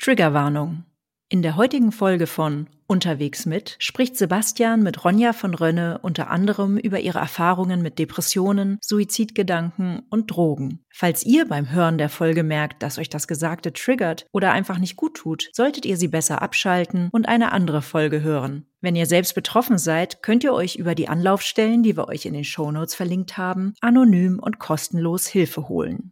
Triggerwarnung. In der heutigen Folge von Unterwegs mit spricht Sebastian mit Ronja von Rönne unter anderem über ihre Erfahrungen mit Depressionen, Suizidgedanken und Drogen. Falls ihr beim Hören der Folge merkt, dass euch das Gesagte triggert oder einfach nicht gut tut, solltet ihr sie besser abschalten und eine andere Folge hören. Wenn ihr selbst betroffen seid, könnt ihr euch über die Anlaufstellen, die wir euch in den Shownotes verlinkt haben, anonym und kostenlos Hilfe holen.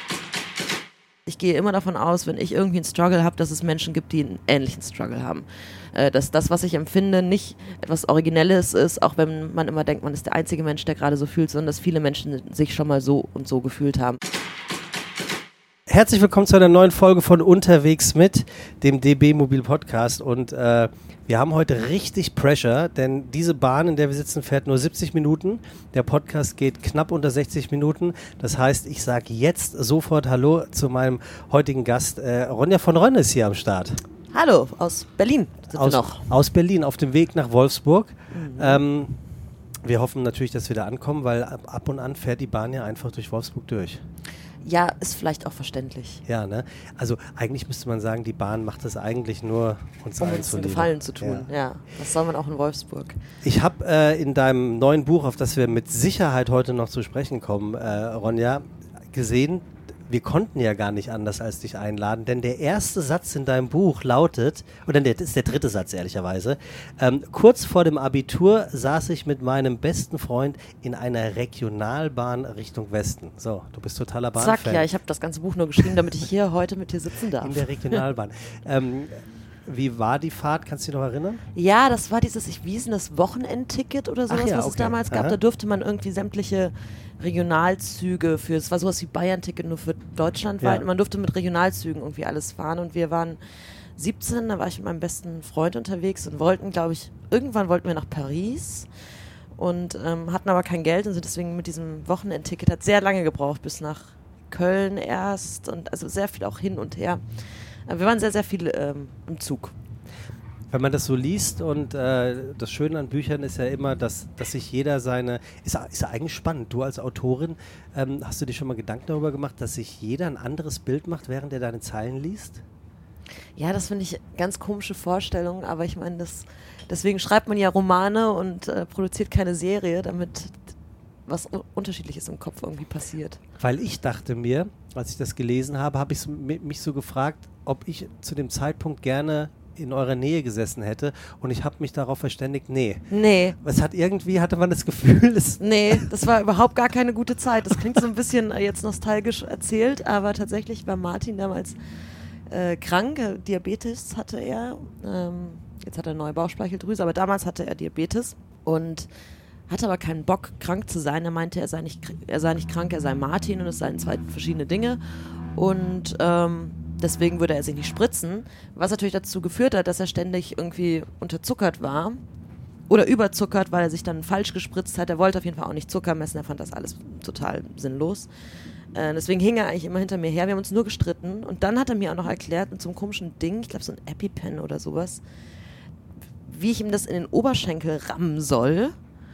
Ich gehe immer davon aus, wenn ich irgendwie einen Struggle habe, dass es Menschen gibt, die einen ähnlichen Struggle haben. Dass das, was ich empfinde, nicht etwas Originelles ist, auch wenn man immer denkt, man ist der einzige Mensch, der gerade so fühlt, sondern dass viele Menschen sich schon mal so und so gefühlt haben. Herzlich willkommen zu einer neuen Folge von Unterwegs mit, dem DB Mobil Podcast. Und wir haben heute richtig Pressure, denn diese Bahn, in der wir sitzen, fährt nur 70 Minuten. Der Podcast geht knapp unter 60 Minuten. Das heißt, ich sage jetzt sofort Hallo zu meinem heutigen Gast. Ronja von Rönne ist hier am Start. Hallo, aus Berlin sind wir noch. Aus Berlin, auf dem Weg nach Wolfsburg. Wir hoffen natürlich, dass wir da ankommen, weil ab und an fährt die Bahn ja einfach durch Wolfsburg durch. Ja, ist vielleicht auch verständlich. Ja, ne? Also eigentlich müsste man sagen, die Bahn macht das eigentlich nur uns um uns einen Gefallen zu tun. Ja, das soll man auch in Wolfsburg. Ich habe in deinem neuen Buch, auf das wir mit Sicherheit heute noch zu sprechen kommen, Ronja, gesehen, wir konnten ja gar nicht anders als dich einladen, denn der erste Satz in deinem Buch lautet, oder das ist der dritte Satz ehrlicherweise, kurz vor dem Abitur saß ich mit meinem besten Freund in einer Regionalbahn Richtung Westen. So, du bist totaler Bahnfan. Zack, ja, ich habe das ganze Buch nur geschrieben, damit ich hier heute mit dir sitzen darf. In der Regionalbahn. Wie war die Fahrt? Kannst du dich noch erinnern? Ja, das war wie hieß denn das, Wochenendticket oder sowas, was es damals gab. Da durfte man irgendwie sämtliche Regionalzüge es war sowas wie Bayern-Ticket nur für deutschlandweit. Ja. Und man durfte mit Regionalzügen irgendwie alles fahren. Und wir waren 17, da war ich mit meinem besten Freund unterwegs und irgendwann wollten wir nach Paris und hatten aber kein Geld und sind deswegen mit diesem Wochenendticket, hat sehr lange gebraucht, bis nach Köln erst und also sehr viel auch hin und her. Wir waren sehr, sehr viel im Zug. Wenn man das so liest und das Schöne an Büchern ist ja immer, dass sich jeder ist ja eigentlich spannend. Du als Autorin, hast du dir schon mal Gedanken darüber gemacht, dass sich jeder ein anderes Bild macht, während er deine Zeilen liest? Ja, das finde ich eine ganz komische Vorstellung, aber ich meine, deswegen schreibt man ja Romane und produziert keine Serie, damit was Unterschiedliches im Kopf irgendwie passiert. Weil ich dachte mir, als ich das gelesen habe, habe ich mich so gefragt, ob ich zu dem Zeitpunkt gerne in eurer Nähe gesessen hätte und ich habe mich darauf verständigt, nee. Hatte man das Gefühl, nee, das war überhaupt gar keine gute Zeit. Das klingt so ein bisschen jetzt nostalgisch erzählt, aber tatsächlich war Martin damals krank, Diabetes hatte er, jetzt hat er eine neue Bauchspeicheldrüse, aber damals hatte er Diabetes und hatte aber keinen Bock, krank zu sein. Er meinte, er sei nicht krank, er sei Martin und es seien zwei verschiedene Dinge und deswegen würde er sich nicht spritzen, was natürlich dazu geführt hat, dass er ständig irgendwie unterzuckert war oder überzuckert, weil er sich dann falsch gespritzt hat. Er wollte auf jeden Fall auch nicht Zucker messen, er fand das alles total sinnlos. Deswegen hing er eigentlich immer hinter mir her, wir haben uns nur gestritten und dann hat er mir auch noch erklärt mit so einem komischen Ding, ich glaube so ein EpiPen oder sowas, wie ich ihm das in den Oberschenkel rammen soll,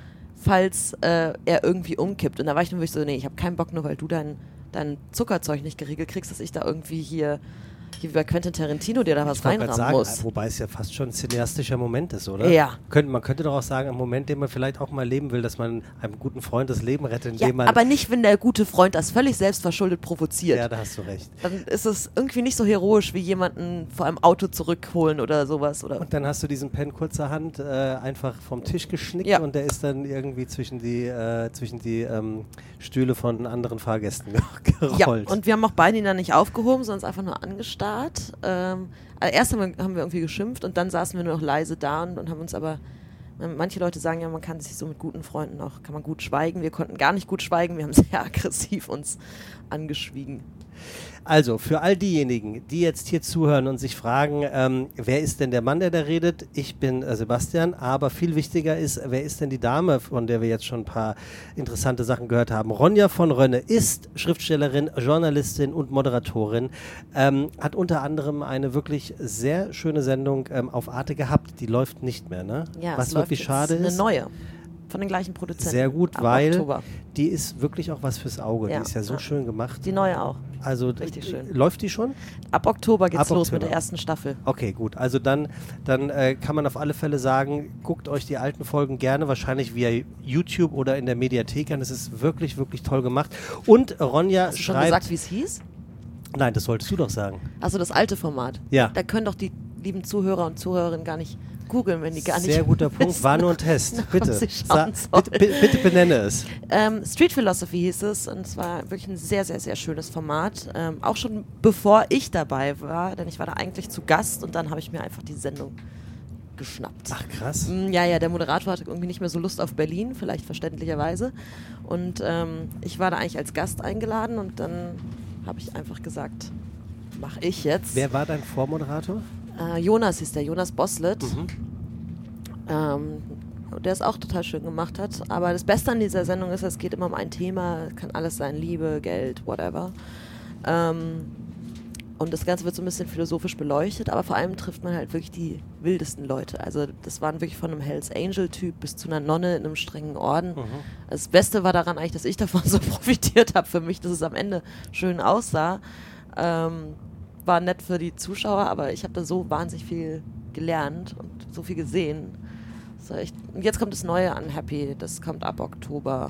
falls er irgendwie umkippt. Und da war ich dann wirklich so, nee, ich habe keinen Bock, nur weil du dein Zuckerzeug nicht geregelt kriegst, dass ich da irgendwie hier wie bei Quentin Tarantino dir da was reinrammen muss. Wobei es ja fast schon ein cineastischer Moment ist, oder? Ja. Man könnte doch auch sagen, ein Moment, den man vielleicht auch mal leben will, dass man einem guten Freund das Leben rettet, indem man... aber nicht, wenn der gute Freund das völlig selbstverschuldet provoziert. Ja, da hast du recht. Dann ist es irgendwie nicht so heroisch, wie jemanden vor einem Auto zurückholen oder sowas. Oder und dann hast du diesen Pen kurzerhand einfach vom Tisch geschnickt und der ist dann irgendwie zwischen die Stühle von anderen Fahrgästen gerollt. Ja, und wir haben auch beide ihn dann nicht aufgehoben, sondern es einfach nur angestarrt. Erst haben wir irgendwie geschimpft und dann saßen wir nur noch leise da und haben uns aber, manche Leute sagen ja, man kann sich so mit guten Freunden auch, kann man gut schweigen. Wir konnten gar nicht gut schweigen, wir haben sehr aggressiv uns angeschwiegen. Also, für all diejenigen, die jetzt hier zuhören und sich fragen, wer ist denn der Mann, der da redet? Ich bin Sebastian, aber viel wichtiger ist, wer ist denn die Dame, von der wir jetzt schon ein paar interessante Sachen gehört haben? Ronja von Rönne ist Schriftstellerin, Journalistin und Moderatorin, hat unter anderem eine wirklich sehr schöne Sendung auf Arte gehabt, die läuft nicht mehr, ne? Ja, was wirklich schade ist. Eine neue. von den gleichen Produzenten. Sehr gut, ab weil Oktober. die ist wirklich auch was fürs Auge. Ja, Die ist ja so schön gemacht. Die neue auch. Also Richtig schön. Läuft die schon? Ab Oktober geht's Ab los Oktober. mit der ersten Staffel. Okay, gut. Also dann kann man auf alle Fälle sagen, guckt euch die alten Folgen gerne, wahrscheinlich via YouTube oder in der Mediathek an. Es ist wirklich, wirklich toll gemacht. Und Ronja Hast du schon schreibt... gesagt, wie es hieß? Nein, das solltest du doch sagen. Also das alte Format. Ja. Da können doch die lieben Zuhörer und Zuhörerinnen gar nicht googeln, wenn die gar nicht Sehr guter Punkt. wissen, War nur ein Test. nach Bitte. was sie schauen Bitte benenne es. Street Philosophy hieß es und es war wirklich ein sehr, sehr, sehr schönes Format. Auch schon bevor ich dabei war, denn ich war da eigentlich zu Gast und dann habe ich mir einfach die Sendung geschnappt. Ach, krass. Ja, der Moderator hatte irgendwie nicht mehr so Lust auf Berlin, vielleicht verständlicherweise. Und ich war da eigentlich als Gast eingeladen und dann habe ich einfach gesagt, mache ich jetzt. Wer war dein Vormoderator? Jonas hieß der, Jonas Boslett. Der es auch total schön gemacht hat. Aber das Beste an dieser Sendung ist, es geht immer um ein Thema, kann alles sein, Liebe, Geld, whatever. Und das Ganze wird so ein bisschen philosophisch beleuchtet, aber vor allem trifft man halt wirklich die wildesten Leute. Also das waren wirklich von einem Hells Angel-Typ bis zu einer Nonne in einem strengen Orden. Das Beste war daran eigentlich, dass ich davon so profitiert habe für mich, dass es am Ende schön aussah. War nett für die Zuschauer, aber ich habe da so wahnsinnig viel gelernt und so viel gesehen. Das war echt. Und jetzt kommt das neue Unhappy, das kommt ab Oktober.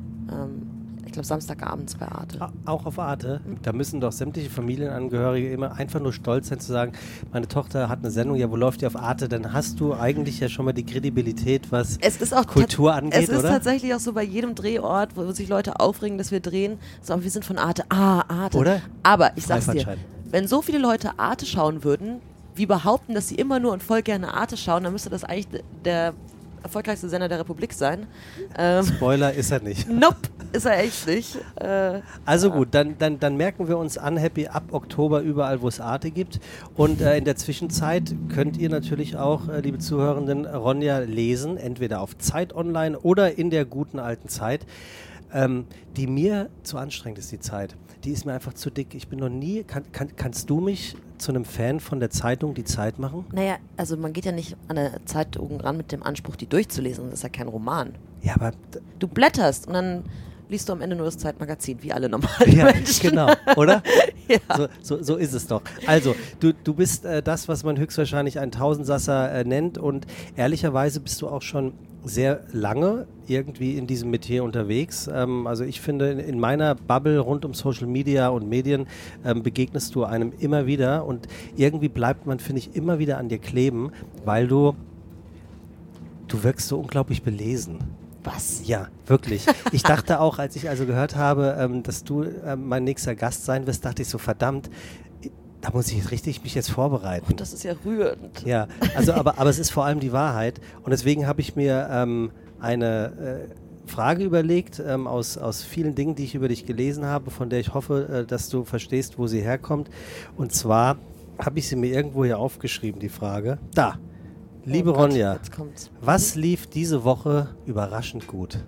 Ich glaube Samstagabends bei Arte. Auch auf Arte. Da müssen doch sämtliche Familienangehörige immer einfach nur stolz sein zu sagen, meine Tochter hat eine Sendung, ja, wo läuft die auf Arte? Dann hast du eigentlich ja schon mal die Kredibilität, was Kultur angeht, oder? Es ist oder? tatsächlich auch so bei jedem Drehort, wo sich Leute aufregen, dass wir drehen, so, aber wir sind von Arte. Arte. Oder? Aber ich sag's dir, wenn so viele Leute Arte schauen würden, wie behaupten, dass sie immer nur und voll gerne Arte schauen, dann müsste das eigentlich der erfolgreichste Sender der Republik sein. Spoiler ist er nicht. Nope, ist er echt nicht. Also gut, dann merken wir uns Unhappy ab Oktober überall, wo es Arte gibt. Und in der Zwischenzeit könnt ihr natürlich auch, liebe Zuhörenden, Ronja lesen, entweder auf Zeit Online oder in der guten alten Zeit. Die mir zu anstrengend ist, die Zeit. Die ist mir einfach zu dick. Ich bin noch nie, kannst du mich zu einem Fan von der Zeitung Die Zeit machen? Naja, also man geht ja nicht an der Zeitung ran mit dem Anspruch, die durchzulesen. Das ist ja kein Roman. Ja, aber... Du blätterst und dann liest du am Ende nur das Zeitmagazin, wie alle normalen Menschen. Genau, oder? Ja. So ist es doch. Also, du bist das, was man höchstwahrscheinlich einen Tausendsasser nennt und ehrlicherweise bist du auch schon sehr lange irgendwie in diesem Metier unterwegs. Also ich finde, in meiner Bubble rund um Social Media und Medien begegnest du einem immer wieder und irgendwie bleibt man, finde ich, immer wieder an dir kleben, weil du wirkst so unglaublich belesen. Was? Ja, wirklich. Ich dachte auch, als ich also gehört habe, dass du mein nächster Gast sein wirst, dachte ich so, verdammt, da muss ich mich jetzt vorbereiten. Oh, das ist ja rührend. Ja, also aber es ist vor allem die Wahrheit und deswegen habe ich mir eine Frage überlegt aus vielen Dingen, die ich über dich gelesen habe, von der ich hoffe, dass du verstehst, wo sie herkommt. Und zwar habe ich sie mir irgendwo hier aufgeschrieben, die Frage. Da. Liebe Ronja, jetzt kommt's. Was lief diese Woche überraschend gut?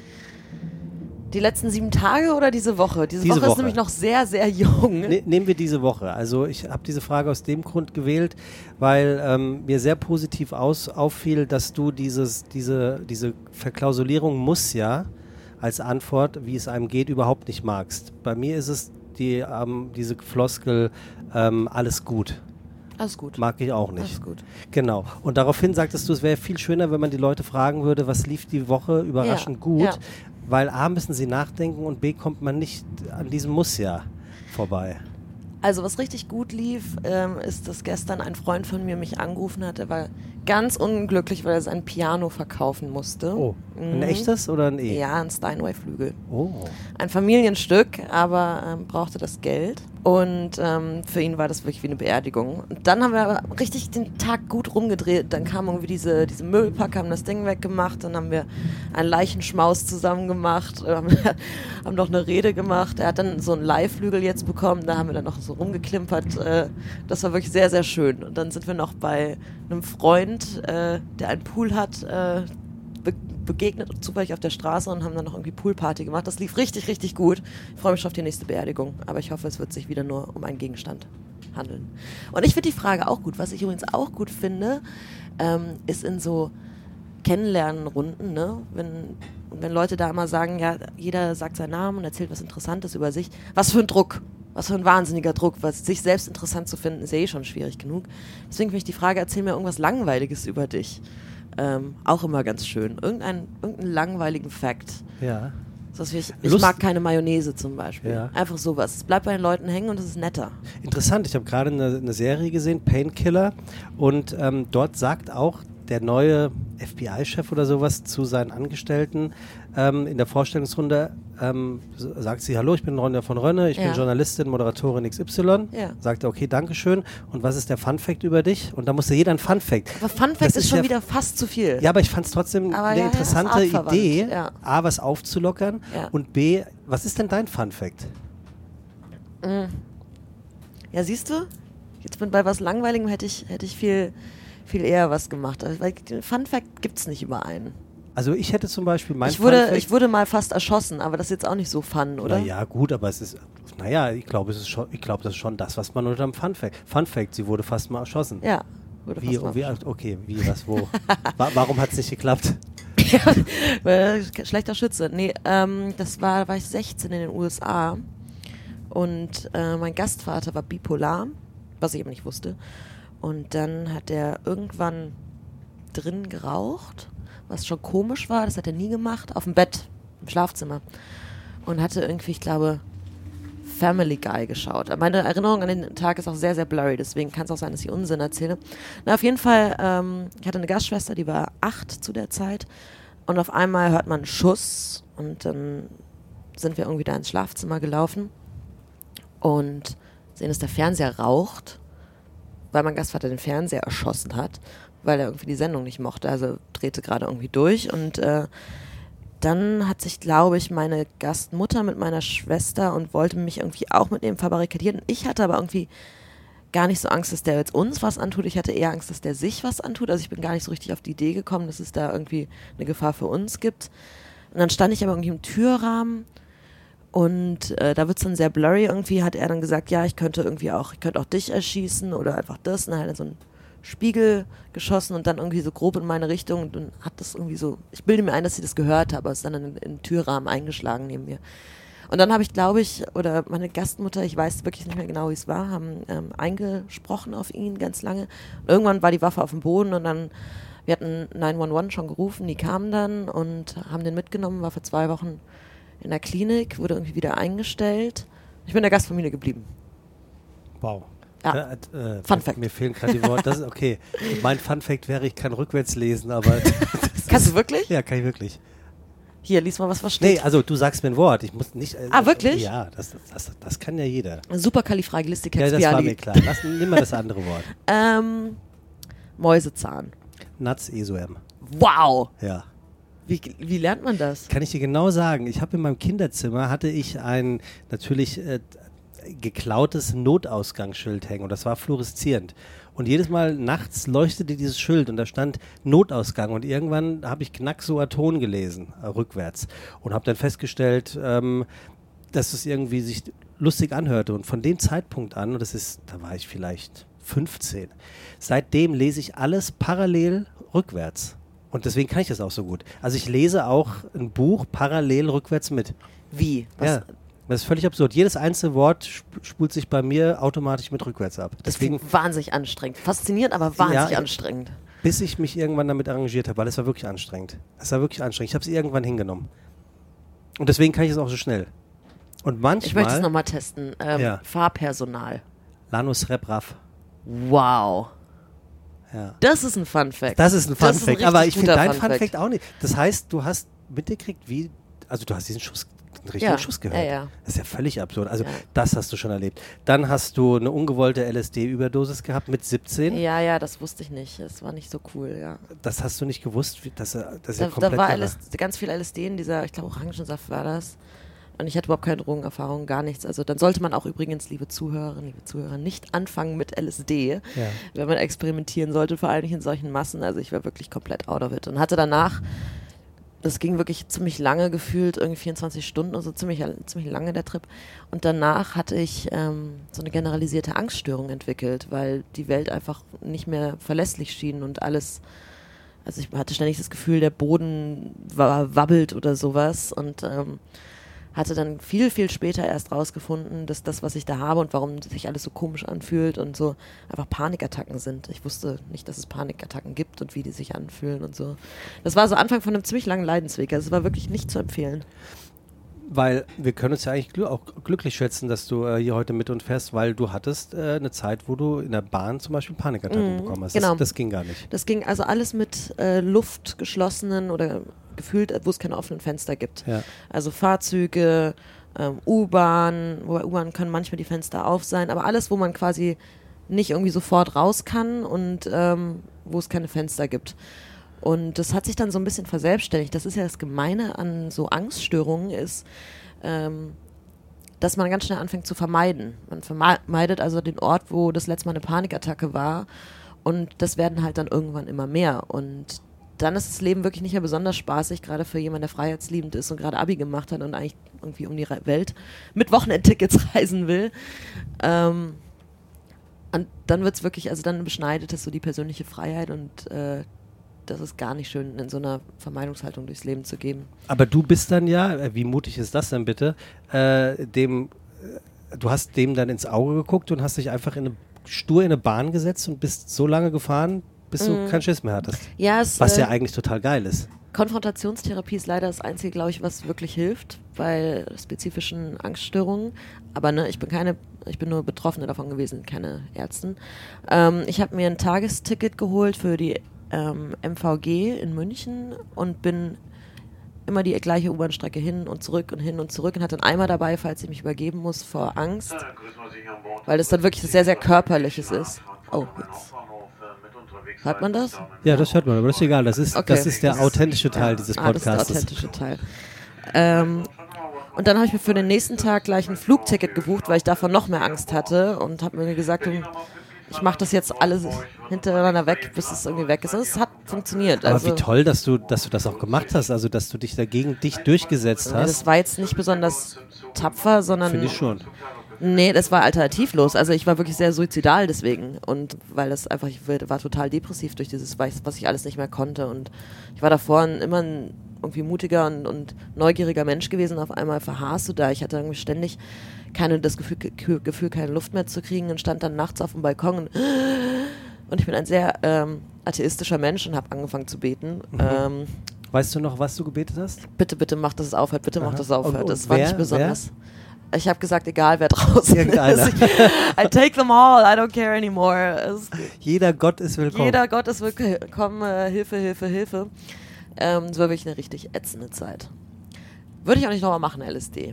Die letzten 7 Tage oder diese Woche? Diese Woche ist nämlich noch sehr, sehr jung. Nehmen wir diese Woche. Also ich habe diese Frage aus dem Grund gewählt, weil mir sehr positiv auffiel, dass du diese Verklausulierung muss ja als Antwort, wie es einem geht, überhaupt nicht magst. Bei mir ist es diese Floskel, alles gut. Alles gut. Mag ich auch nicht. Alles gut. Genau. Und daraufhin sagtest du, es wäre viel schöner, wenn man die Leute fragen würde, was lief die Woche überraschend gut. Ja. Weil A, müssen sie nachdenken und B, kommt man nicht an diesem Muss ja vorbei. Also was richtig gut lief, ist, dass gestern ein Freund von mir mich angerufen hat. Er war ganz unglücklich, weil er sein Piano verkaufen musste. Oh, ein echtes oder ein E? Ja, ein Steinway-Flügel. Oh. Ein Familienstück, aber brauchte das Geld. Und für ihn war das wirklich wie eine Beerdigung. Und dann haben wir aber richtig den Tag gut rumgedreht. Dann kam irgendwie diese Möbelpacker, haben das Ding weggemacht. Dann haben wir einen Leichenschmaus zusammen gemacht, haben noch eine Rede gemacht. Er hat dann so einen Leihflügel jetzt bekommen. Da haben wir dann noch so rumgeklimpert. Das war wirklich sehr, sehr schön. Und dann sind wir noch bei einem Freund, der einen Pool hat, begegnet und zufällig auf der Straße und haben dann noch irgendwie Poolparty gemacht. Das lief richtig, richtig gut. Ich freue mich schon auf die nächste Beerdigung. Aber ich hoffe, es wird sich wieder nur um einen Gegenstand handeln. Und ich finde die Frage auch gut. Was ich übrigens auch gut finde, ist in so Kennenlernrunden, ne? Wenn Leute da immer sagen, ja, jeder sagt seinen Namen und erzählt was Interessantes über sich. Was für ein Druck, was für ein wahnsinniger Druck, sich selbst interessant zu finden, ist ja eh schon schwierig genug. Deswegen finde ich die Frage, erzähl mir irgendwas Langweiliges über dich. Auch immer ganz schön. Irgendeinen langweiligen Fact. Ja. Ich mag keine Mayonnaise zum Beispiel. Ja. Einfach sowas. Es bleibt bei den Leuten hängen und es ist netter. Interessant, ich habe gerade eine Serie gesehen, Painkiller, und dort sagt auch der neue FBI-Chef oder sowas zu seinen Angestellten in der Vorstellungsrunde, sagt sie, hallo, ich bin Ronja von Rönne, ich bin Journalistin, Moderatorin XY. Ja. Sagt er, okay, dankeschön. Und was ist der Fun-Fact über dich? Und da musste jeder ein Fun-Fact. Aber Fun-Fact ist schon wieder fast zu viel. Ja, aber ich fand es trotzdem eine interessante Idee, A, was aufzulockern und B, was ist denn dein Fun-Fact? Ja, siehst du? Jetzt bei was Langweiligem hätte ich viel eher was gemacht. Weil Fun-Fact gibt es nicht über einen. Also ich hätte zum Beispiel ich wurde mal fast erschossen, aber das ist jetzt auch nicht so fun, oder? Ja, gut, aber es ist, ich glaube, das ist schon das, was man unter dem Fun-Fact, sie wurde fast mal erschossen. Ja, wurde fast mal erschossen. Okay, wie, was, wo? Warum hat es nicht geklappt? Schlechter Schütze. Nee, war ich 16 in den USA und mein Gastvater war bipolar, was ich aber nicht wusste. Und dann hat er irgendwann drin geraucht, was schon komisch war, das hat er nie gemacht, auf dem Bett, im Schlafzimmer. Und hatte irgendwie, ich glaube, Family Guy geschaut. Meine Erinnerung an den Tag ist auch sehr, sehr blurry, deswegen kann es auch sein, dass ich Unsinn erzähle. Na, auf jeden Fall, ich hatte eine Gastschwester, die war 8 zu der Zeit. Und auf einmal hört man einen Schuss und dann sind wir irgendwie da ins Schlafzimmer gelaufen und sehen, dass der Fernseher raucht, weil mein Gastvater den Fernseher erschossen hat, weil er irgendwie die Sendung nicht mochte, also drehte gerade irgendwie durch und dann hat sich, glaube ich, meine Gastmutter mit meiner Schwester und wollte mich irgendwie auch mitnehmen, verbarrikadiert und ich hatte aber irgendwie gar nicht so Angst, dass der jetzt uns was antut, ich hatte eher Angst, dass der sich was antut, also ich bin gar nicht so richtig auf die Idee gekommen, dass es da irgendwie eine Gefahr für uns gibt und dann stand ich aber irgendwie im Türrahmen und da wird es dann sehr blurry, irgendwie hat er dann gesagt, ja, ich könnte auch dich erschießen oder einfach das und dann hat er so einen Spiegel geschossen und dann irgendwie so grob in meine Richtung und dann hat das irgendwie so, ich bilde mir ein, dass sie das gehört habe, aber es ist dann in den Türrahmen eingeschlagen neben mir. Und dann habe ich, glaube ich, oder meine Gastmutter, ich weiß wirklich nicht mehr genau, wie es war, haben eingesprochen auf ihn ganz lange. Und irgendwann war die Waffe auf dem Boden und dann, wir hatten 911 schon gerufen, die kamen dann und haben den mitgenommen, war für 2 Wochen in der Klinik, wurde irgendwie wieder eingestellt. Ich bin in der Gastfamilie geblieben. Wow. Ja. Fun Fact. Mir fehlen gerade die Worte. Das ist okay. Mein Fun Fact wäre, ich kann rückwärts lesen, aber... Kannst du wirklich? Ja, kann ich wirklich. Hier, lies mal, was steht. Nee, also du sagst mir ein Wort. Ich muss nicht... wirklich? Ja, das kann ja jeder. Superkalifragilistikexpiali. Ja, das war mir klar. Nimm mal das andere Wort. Mäusezahn. Nats-Esoem. Wow! Ja. Wie lernt man das? Kann ich dir genau sagen. Ich habe in meinem Kinderzimmer, hatte ich ein natürlich geklautes Notausgangsschild hängen und das war fluoreszierend. Und jedes Mal nachts leuchtete dieses Schild und da stand Notausgang und irgendwann habe ich Knacksoaton gelesen, rückwärts und habe dann festgestellt, dass es irgendwie sich lustig anhörte und von dem Zeitpunkt an, und da war ich vielleicht 15, seitdem lese ich alles parallel rückwärts. Und deswegen kann ich das auch so gut. Also ich lese auch ein Buch parallel rückwärts mit. Wie? Ja, das ist völlig absurd. Jedes einzelne Wort spult sich bei mir automatisch mit rückwärts ab. Das klingt wahnsinnig anstrengend. Faszinierend, aber wahnsinnig anstrengend. Bis ich mich irgendwann damit arrangiert habe, weil es war wirklich anstrengend. Es war wirklich anstrengend. Ich habe es irgendwann hingenommen. Und deswegen kann ich es auch so schnell. Und manchmal... Ich möchte es nochmal testen. Fahrpersonal. Lanus Rep Raff. Wow. Ja. Das ist ein Fun-Fact. Das ist ein Fun-Fact, aber ich finde dein Fun-Fact auch nicht. Das heißt, du hast mitgekriegt, also du hast diesen richtigen Schuss gehört. Ja. Das ist ja völlig absurd. Also das hast du schon erlebt. Dann hast du eine ungewollte LSD-Überdosis gehabt mit 17. Ja, das wusste ich nicht. Das war nicht so cool, ja. Das hast du nicht gewusst, dass er komplett... Da war ganz viel LSD in dieser, ich glaube Orangensaft war das. Und ich hatte überhaupt keine Drogenerfahrung, gar nichts. Also dann sollte man auch übrigens, liebe Zuhörerinnen, liebe Zuhörer, nicht anfangen mit LSD, wenn man experimentieren sollte, vor allem nicht in solchen Massen. Also ich war wirklich komplett out of it. Und hatte danach, das ging wirklich ziemlich lange gefühlt, irgendwie 24 Stunden oder so, ziemlich lange der Trip. Und danach hatte ich so eine generalisierte Angststörung entwickelt, weil die Welt einfach nicht mehr verlässlich schien und alles Also ich hatte ständig das Gefühl, der Boden wabbelt oder sowas und hatte dann viel, viel später erst rausgefunden, dass das, was ich da habe und warum sich alles so komisch anfühlt und so, einfach Panikattacken sind. Ich wusste nicht, dass es Panikattacken gibt und wie die sich anfühlen und so. Das war so Anfang von einem ziemlich langen Leidensweg. Also es war wirklich nicht zu empfehlen. Weil wir können uns ja eigentlich auch glücklich schätzen, dass du hier heute mit uns fährst, weil du hattest eine Zeit, wo du in der Bahn zum Beispiel Panikattacken bekommen hast. Genau. Das ging gar nicht. Das ging also alles mit luftgeschlossenen oder gefühlt, wo es keine offenen Fenster gibt. Ja. Also Fahrzeuge, U-Bahn, wobei U-Bahn können manchmal die Fenster auf sein, aber alles, wo man quasi nicht irgendwie sofort raus kann und wo es keine Fenster gibt. Und das hat sich dann so ein bisschen verselbstständigt. Das ist ja das Gemeine an so Angststörungen ist, dass man ganz schnell anfängt zu vermeiden. Man vermeidet also den Ort, wo das letzte Mal eine Panikattacke war und das werden halt dann irgendwann immer mehr. Und dann ist das Leben wirklich nicht mehr besonders spaßig, gerade für jemanden, der freiheitsliebend ist und gerade Abi gemacht hat und eigentlich irgendwie um die Welt mit Wochenendtickets reisen will. Und dann wird es wirklich, also dann beschneidet es so die persönliche Freiheit und das ist gar nicht schön, in so einer Vermeidungshaltung durchs Leben zu gehen. Aber du bist dann ja, wie mutig ist das denn bitte, du hast dem dann ins Auge geguckt und hast dich einfach stur in eine Bahn gesetzt und bist so lange gefahren, bis du keinen Schiss mehr hattest. Ja, was ja eigentlich total geil ist. Konfrontationstherapie ist leider das Einzige, glaube ich, was wirklich hilft bei spezifischen Angststörungen. Aber ne, ich bin nur Betroffene davon gewesen, keine Ärztin. Ich habe mir ein Tagesticket geholt für die MVG in München und bin immer die gleiche U-Bahn-Strecke hin und zurück und hatte einen Eimer dabei, falls ich mich übergeben muss vor Angst, weil das dann wirklich sehr, sehr Körperliches ist. Oh, jetzt. Hört man das? Ja, das hört man, aber das ist egal. Das ist der authentische Teil dieses Podcasts. Das ist der authentische Teil. Und dann habe ich mir für den nächsten Tag gleich ein Flugticket gebucht, weil ich davon noch mehr Angst hatte und habe mir gesagt, ich mache das jetzt alles hintereinander weg, bis es irgendwie weg ist. Und es hat funktioniert. Aber also, wie toll, dass du das auch gemacht hast, also dass du dich dagegen durchgesetzt hast. Das war jetzt nicht besonders tapfer, sondern... Finde ich schon. Nee, das war alternativlos. Also ich war wirklich sehr suizidal deswegen. Und weil das einfach, ich war total depressiv durch dieses, was ich alles nicht mehr konnte. Und ich war davor immer ein irgendwie mutiger und neugieriger Mensch gewesen. Auf einmal verharrst du da. Ich hatte irgendwie ständig das Gefühl, keine Luft mehr zu kriegen und stand dann nachts auf dem Balkon. Und ich bin ein sehr atheistischer Mensch und habe angefangen zu beten. Weißt du noch, was du gebetet hast? Bitte, bitte mach, dass es aufhört. Bitte mach, dass es aufhört. Und das war nicht besonders. Wer? Ich habe gesagt, egal wer draußen Irgendeiner. ist. I take them all, I don't care anymore. Jeder Gott ist willkommen. Jeder Gott ist willkommen. Hilfe, Hilfe, Hilfe. Es war wirklich eine richtig ätzende Zeit. Würde ich auch nicht nochmal machen, LSD.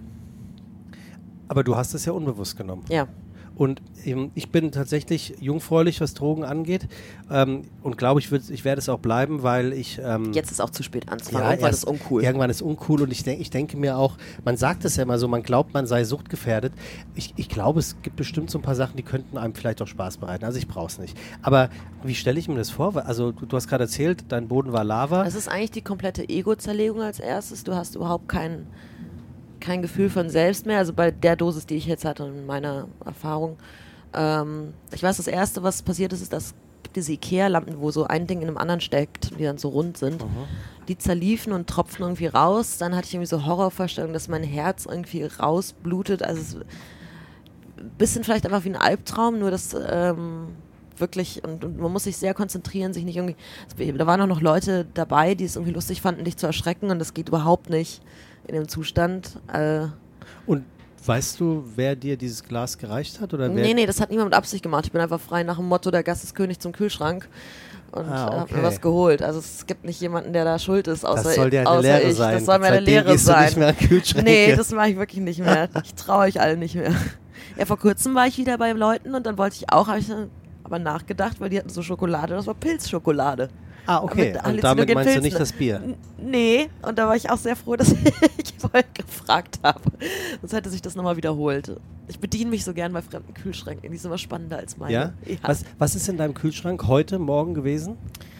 Aber du hast es ja unbewusst genommen. Ja. Und ich bin tatsächlich jungfräulich, was Drogen angeht. Und glaube, ich werde es auch bleiben, weil ich... Jetzt ist auch zu spät anzufangen. Ja, irgendwann ist uncool. Irgendwann ist uncool und ich denke mir auch, man sagt es ja immer so, man glaubt, man sei suchtgefährdet. Ich glaube, es gibt bestimmt so ein paar Sachen, die könnten einem vielleicht auch Spaß bereiten. Also ich brauche es nicht. Aber wie stelle ich mir das vor? Also du hast gerade erzählt, dein Boden war Lava. Das ist eigentlich die komplette Ego-Zerlegung als erstes. Du hast überhaupt kein Gefühl von selbst mehr, also bei der Dosis, die ich jetzt hatte in meiner Erfahrung. Ich weiß, das Erste, was passiert ist, dass diese Ikea-Lampen, wo so ein Ding in einem anderen steckt, die dann so rund sind, die zerliefen und tropften irgendwie raus. Dann hatte ich irgendwie so Horrorvorstellungen, dass mein Herz irgendwie rausblutet. Also ein bisschen vielleicht einfach wie ein Albtraum, nur dass wirklich, und man muss sich sehr konzentrieren, sich nicht irgendwie, da waren auch noch Leute dabei, die es irgendwie lustig fanden, dich zu erschrecken und das geht überhaupt nicht in dem Zustand. Und weißt du, wer dir dieses Glas gereicht hat? Oder Nee, das hat niemand mit Absicht gemacht. Ich bin einfach frei nach dem Motto, der Gast ist König zum Kühlschrank und habe mir was geholt. Also es gibt nicht jemanden, der da schuld ist, außer ich. Das soll dir eine Lehre sein. Das soll mir eine Lehre sein. Du nicht mehr an Kühlschränke. Nee, das mache ich wirklich nicht mehr. Ich traue euch alle nicht mehr. Ja, vor kurzem war ich wieder bei Leuten und dann wollte ich auch, habe ich dann aber nachgedacht, weil die hatten so Schokolade, das war Pilzschokolade. Ah, okay. Und damit meinst du nicht das Bier? Nee, und da war ich auch sehr froh, dass ich vorher gefragt habe. Sonst hätte sich das nochmal wiederholt. Ich bediene mich so gern bei fremden Kühlschränken. Die sind immer spannender als meine. Ja? Was ist in deinem Kühlschrank heute, morgen gewesen?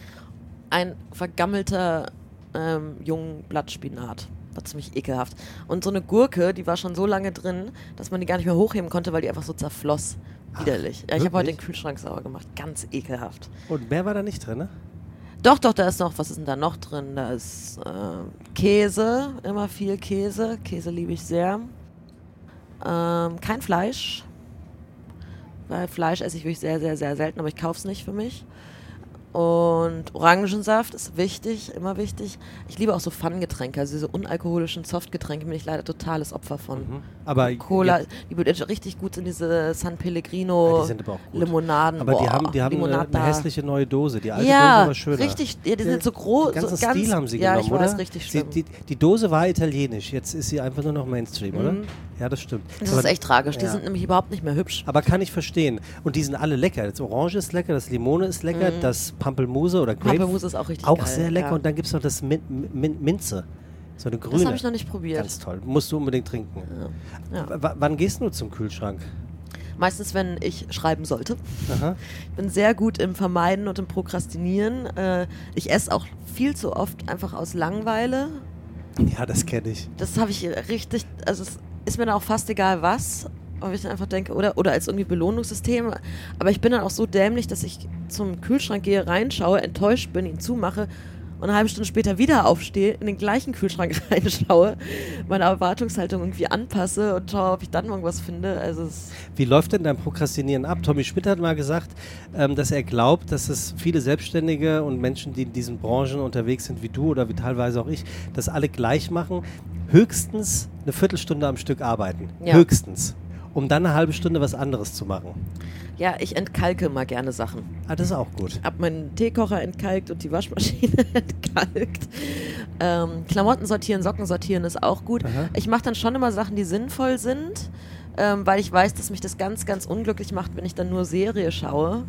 Ein vergammelter jungen Blattspinat. War ziemlich ekelhaft. Und so eine Gurke, die war schon so lange drin, dass man die gar nicht mehr hochheben konnte, weil die einfach so zerfloss. Widerlich. Ja, ich habe heute den Kühlschrank sauber gemacht. Ganz ekelhaft. Und mehr war da nicht drin, ne? Doch, da ist noch, was ist denn da noch drin? Da ist Käse, immer viel Käse. Käse liebe ich sehr. Kein Fleisch. Weil Fleisch esse ich wirklich sehr, sehr, sehr selten, aber ich kaufe es nicht für mich. Und Orangensaft ist wichtig, immer wichtig. Ich liebe auch so Fun-Getränke, also diese unalkoholischen Softgetränke bin ich leider totales Opfer von. Aber Cola, die richtig gut sind, diese San Pellegrino die sind aber auch gut. Limonaden. Aber die haben eine hässliche neue Dose. Die alte Dose war schöner. Richtig, die sind so groß. Den ganzen so ganz, Stil haben sie ja, genommen, ich weiß, oder? richtig schlimm. Die Dose war italienisch, jetzt ist sie einfach nur noch Mainstream, oder? Ja, das stimmt. Das ist echt tragisch, die sind nämlich überhaupt nicht mehr hübsch. Aber kann ich verstehen. Und die sind alle lecker. Das Orange ist lecker, das Limone ist lecker, das Pampelmuse oder Grape. Pampelmuse ist auch richtig auch geil. Auch sehr lecker. Ja. Und dann gibt es noch das Minze. So eine grüne. Das habe ich noch nicht probiert. Ganz toll. Musst du unbedingt trinken. Ja. Wann gehst du zum Kühlschrank? Meistens, wenn ich schreiben sollte. Aha. Ich bin sehr gut im Vermeiden und im Prokrastinieren. Ich esse auch viel zu oft einfach aus Langeweile. Ja, das kenne ich. Das habe ich richtig, also es ist mir dann auch fast egal was, ob ich dann einfach denke, oder als irgendwie Belohnungssystem. Aber ich bin dann auch so dämlich, dass ich zum Kühlschrank gehe, reinschaue, enttäuscht bin, ihn zumache und eine halbe Stunde später wieder aufstehe, in den gleichen Kühlschrank reinschaue, meine Erwartungshaltung irgendwie anpasse und schaue, ob ich dann irgendwas finde. Also wie läuft denn dein Prokrastinieren ab? Tommy Schmidt hat mal gesagt, dass er glaubt, dass es viele Selbstständige und Menschen, die in diesen Branchen unterwegs sind, wie du oder wie teilweise auch ich, das alle gleich machen, höchstens eine Viertelstunde am Stück arbeiten. Ja. Höchstens. Um dann eine halbe Stunde was anderes zu machen. Ja, ich entkalke mal gerne Sachen. Ah, das ist auch gut. Ich habe meinen Teekocher entkalkt und die Waschmaschine entkalkt. Klamotten sortieren, Socken sortieren ist auch gut. Aha. Ich mache dann schon immer Sachen, die sinnvoll sind, weil ich weiß, dass mich das ganz, ganz unglücklich macht, wenn ich dann nur Serie schaue.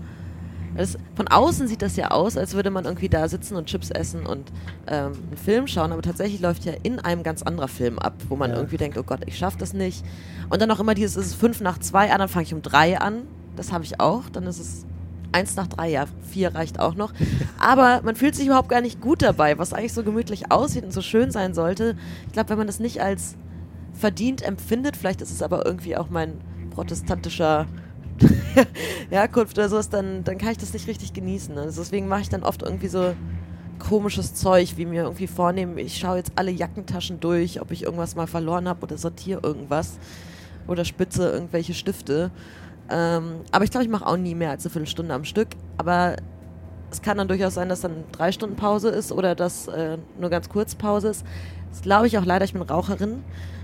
Von außen sieht das ja aus, als würde man irgendwie da sitzen und Chips essen und einen Film schauen, aber tatsächlich läuft ja in einem ganz anderer Film ab, wo man irgendwie denkt, oh Gott, ich schaffe das nicht. Und dann auch immer dieses, es ist 5 nach 2, dann fange ich um 3 an, das habe ich auch, dann ist es 1 nach 3, ja, 4 reicht auch noch. Aber man fühlt sich überhaupt gar nicht gut dabei, was eigentlich so gemütlich aussieht und so schön sein sollte. Ich glaube, wenn man das nicht als verdient empfindet, vielleicht ist es aber irgendwie auch mein protestantischer Herkunft oder sowas, dann kann ich das nicht richtig genießen. Also deswegen mache ich dann oft irgendwie so komisches Zeug, wie mir irgendwie vornehmen, ich schaue jetzt alle Jackentaschen durch, ob ich irgendwas mal verloren habe oder sortiere irgendwas oder spitze irgendwelche Stifte. Aber ich glaube, ich mache auch nie mehr als eine Viertelstunde am Stück. Aber es kann dann durchaus sein, dass dann 3 Stunden Pause ist oder dass nur ganz kurz Pause ist. Das glaube ich auch leider, ich bin Raucherin.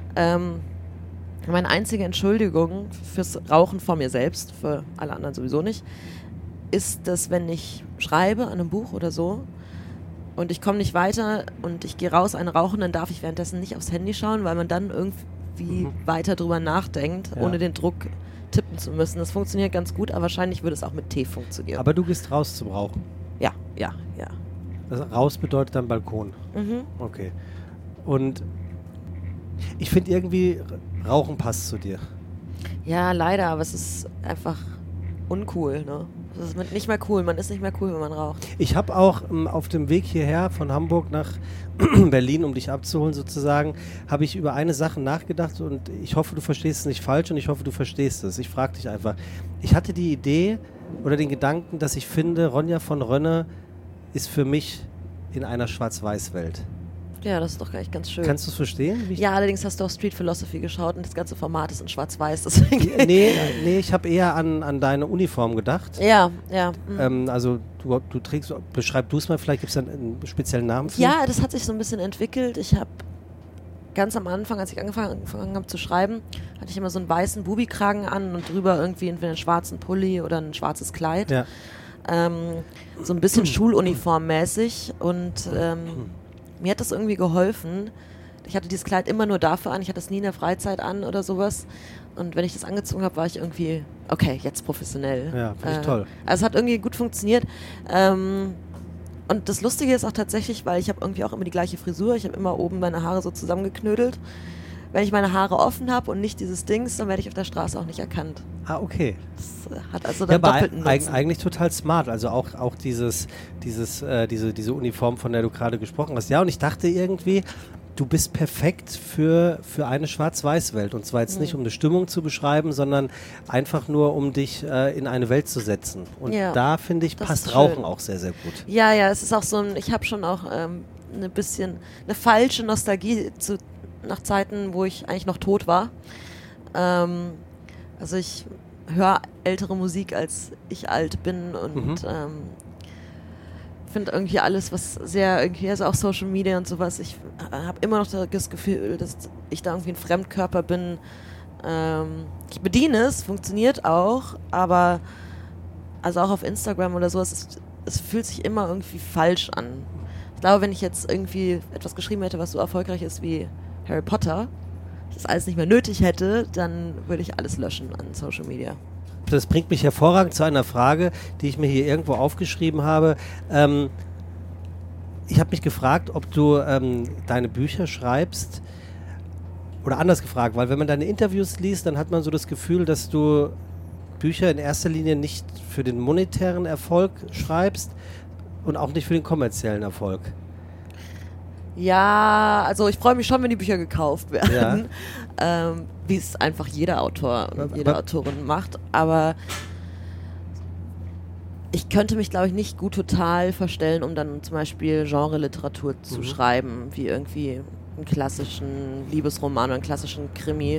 Meine einzige Entschuldigung fürs Rauchen vor mir selbst, für alle anderen sowieso nicht, ist, dass wenn ich schreibe an einem Buch oder so und ich komme nicht weiter und ich gehe raus, eine rauchen, dann darf ich währenddessen nicht aufs Handy schauen, weil man dann irgendwie weiter drüber nachdenkt, ohne den Druck tippen zu müssen. Das funktioniert ganz gut, aber wahrscheinlich würde es auch mit Tee funktionieren. Aber du gehst raus zum Rauchen? Ja. Also raus bedeutet dann Balkon? Okay. Und ich finde irgendwie, Rauchen passt zu dir. Ja, leider, aber es ist einfach uncool, ne? Das ist nicht mehr cool, man ist nicht mehr cool, wenn man raucht. Ich habe auch auf dem Weg hierher von Hamburg nach Berlin, um dich abzuholen sozusagen, habe ich über eine Sache nachgedacht und ich hoffe, du verstehst es nicht falsch und ich hoffe, du verstehst es. Ich frage dich einfach. Ich hatte die Idee oder den Gedanken, dass ich finde, Ronja von Rönne ist für mich in einer Schwarz-Weiß-Welt. Ja, das ist doch gleich ganz schön. Kannst du es verstehen? Ja, allerdings hast du auch Street Philosophy geschaut und das ganze Format ist in Schwarz-Weiß. Deswegen. Nee, ich habe eher an deine Uniform gedacht. Ja. Also du trägst, beschreib du es mal, vielleicht gibt es einen speziellen Namen für? Ja, das hat sich so ein bisschen entwickelt. Ich habe ganz am Anfang, als ich angefangen habe zu schreiben, hatte ich immer so einen weißen Bubikragen an und drüber irgendwie entweder einen schwarzen Pulli oder ein schwarzes Kleid. Ja. So ein bisschen schuluniformmäßig und mir hat das irgendwie geholfen. Ich hatte dieses Kleid immer nur dafür an, ich hatte es nie in der Freizeit an oder sowas. Und wenn ich das angezogen habe, war ich irgendwie, okay, jetzt professionell. Ja, finde ich toll. Also es hat irgendwie gut funktioniert. Und das Lustige ist auch tatsächlich, weil ich habe irgendwie auch immer die gleiche Frisur, ich habe immer oben meine Haare so zusammengeknödelt. Wenn ich meine Haare offen habe und nicht dieses Dings, dann werde ich auf der Straße auch nicht erkannt. Ah, okay. Das hat also dann doppelten Nutzen. Eigentlich total smart, also auch diese Uniform, von der du gerade gesprochen hast. Ja, und ich dachte irgendwie, du bist perfekt für eine Schwarz-Weiß-Welt. Und zwar jetzt nicht, um eine Stimmung zu beschreiben, sondern einfach nur, um dich in eine Welt zu setzen. Und da, finde ich, passt Rauchen auch sehr, sehr gut. Ja, es ist auch so ich habe schon auch eine falsche Nostalgie nach Zeiten, wo ich eigentlich noch tot war. Also ich höre ältere Musik, als ich alt bin und finde irgendwie alles, was sehr irgendwie, also auch Social Media und sowas, ich habe immer noch das Gefühl, dass ich da irgendwie ein Fremdkörper bin. Ich bediene es, funktioniert auch, aber also auch auf Instagram oder sowas, es fühlt sich immer irgendwie falsch an. Ich glaube, wenn ich jetzt irgendwie etwas geschrieben hätte, was so erfolgreich ist wie Harry Potter, das alles nicht mehr nötig hätte, dann würde ich alles löschen an Social Media. Das bringt mich hervorragend zu einer Frage, die ich mir hier irgendwo aufgeschrieben habe. Ich habe mich gefragt, ob du deine Bücher schreibst, oder anders gefragt, weil wenn man deine Interviews liest, dann hat man so das Gefühl, dass du Bücher in erster Linie nicht für den monetären Erfolg schreibst und auch nicht für den kommerziellen Erfolg. Ja, also ich freue mich schon, wenn die Bücher gekauft werden, wie es einfach jeder Autor und jede Autorin macht, aber ich könnte mich, glaube ich, nicht gut total verstellen, um dann zum Beispiel Genre-Literatur zu schreiben, wie irgendwie einen klassischen Liebesroman oder einen klassischen Krimi.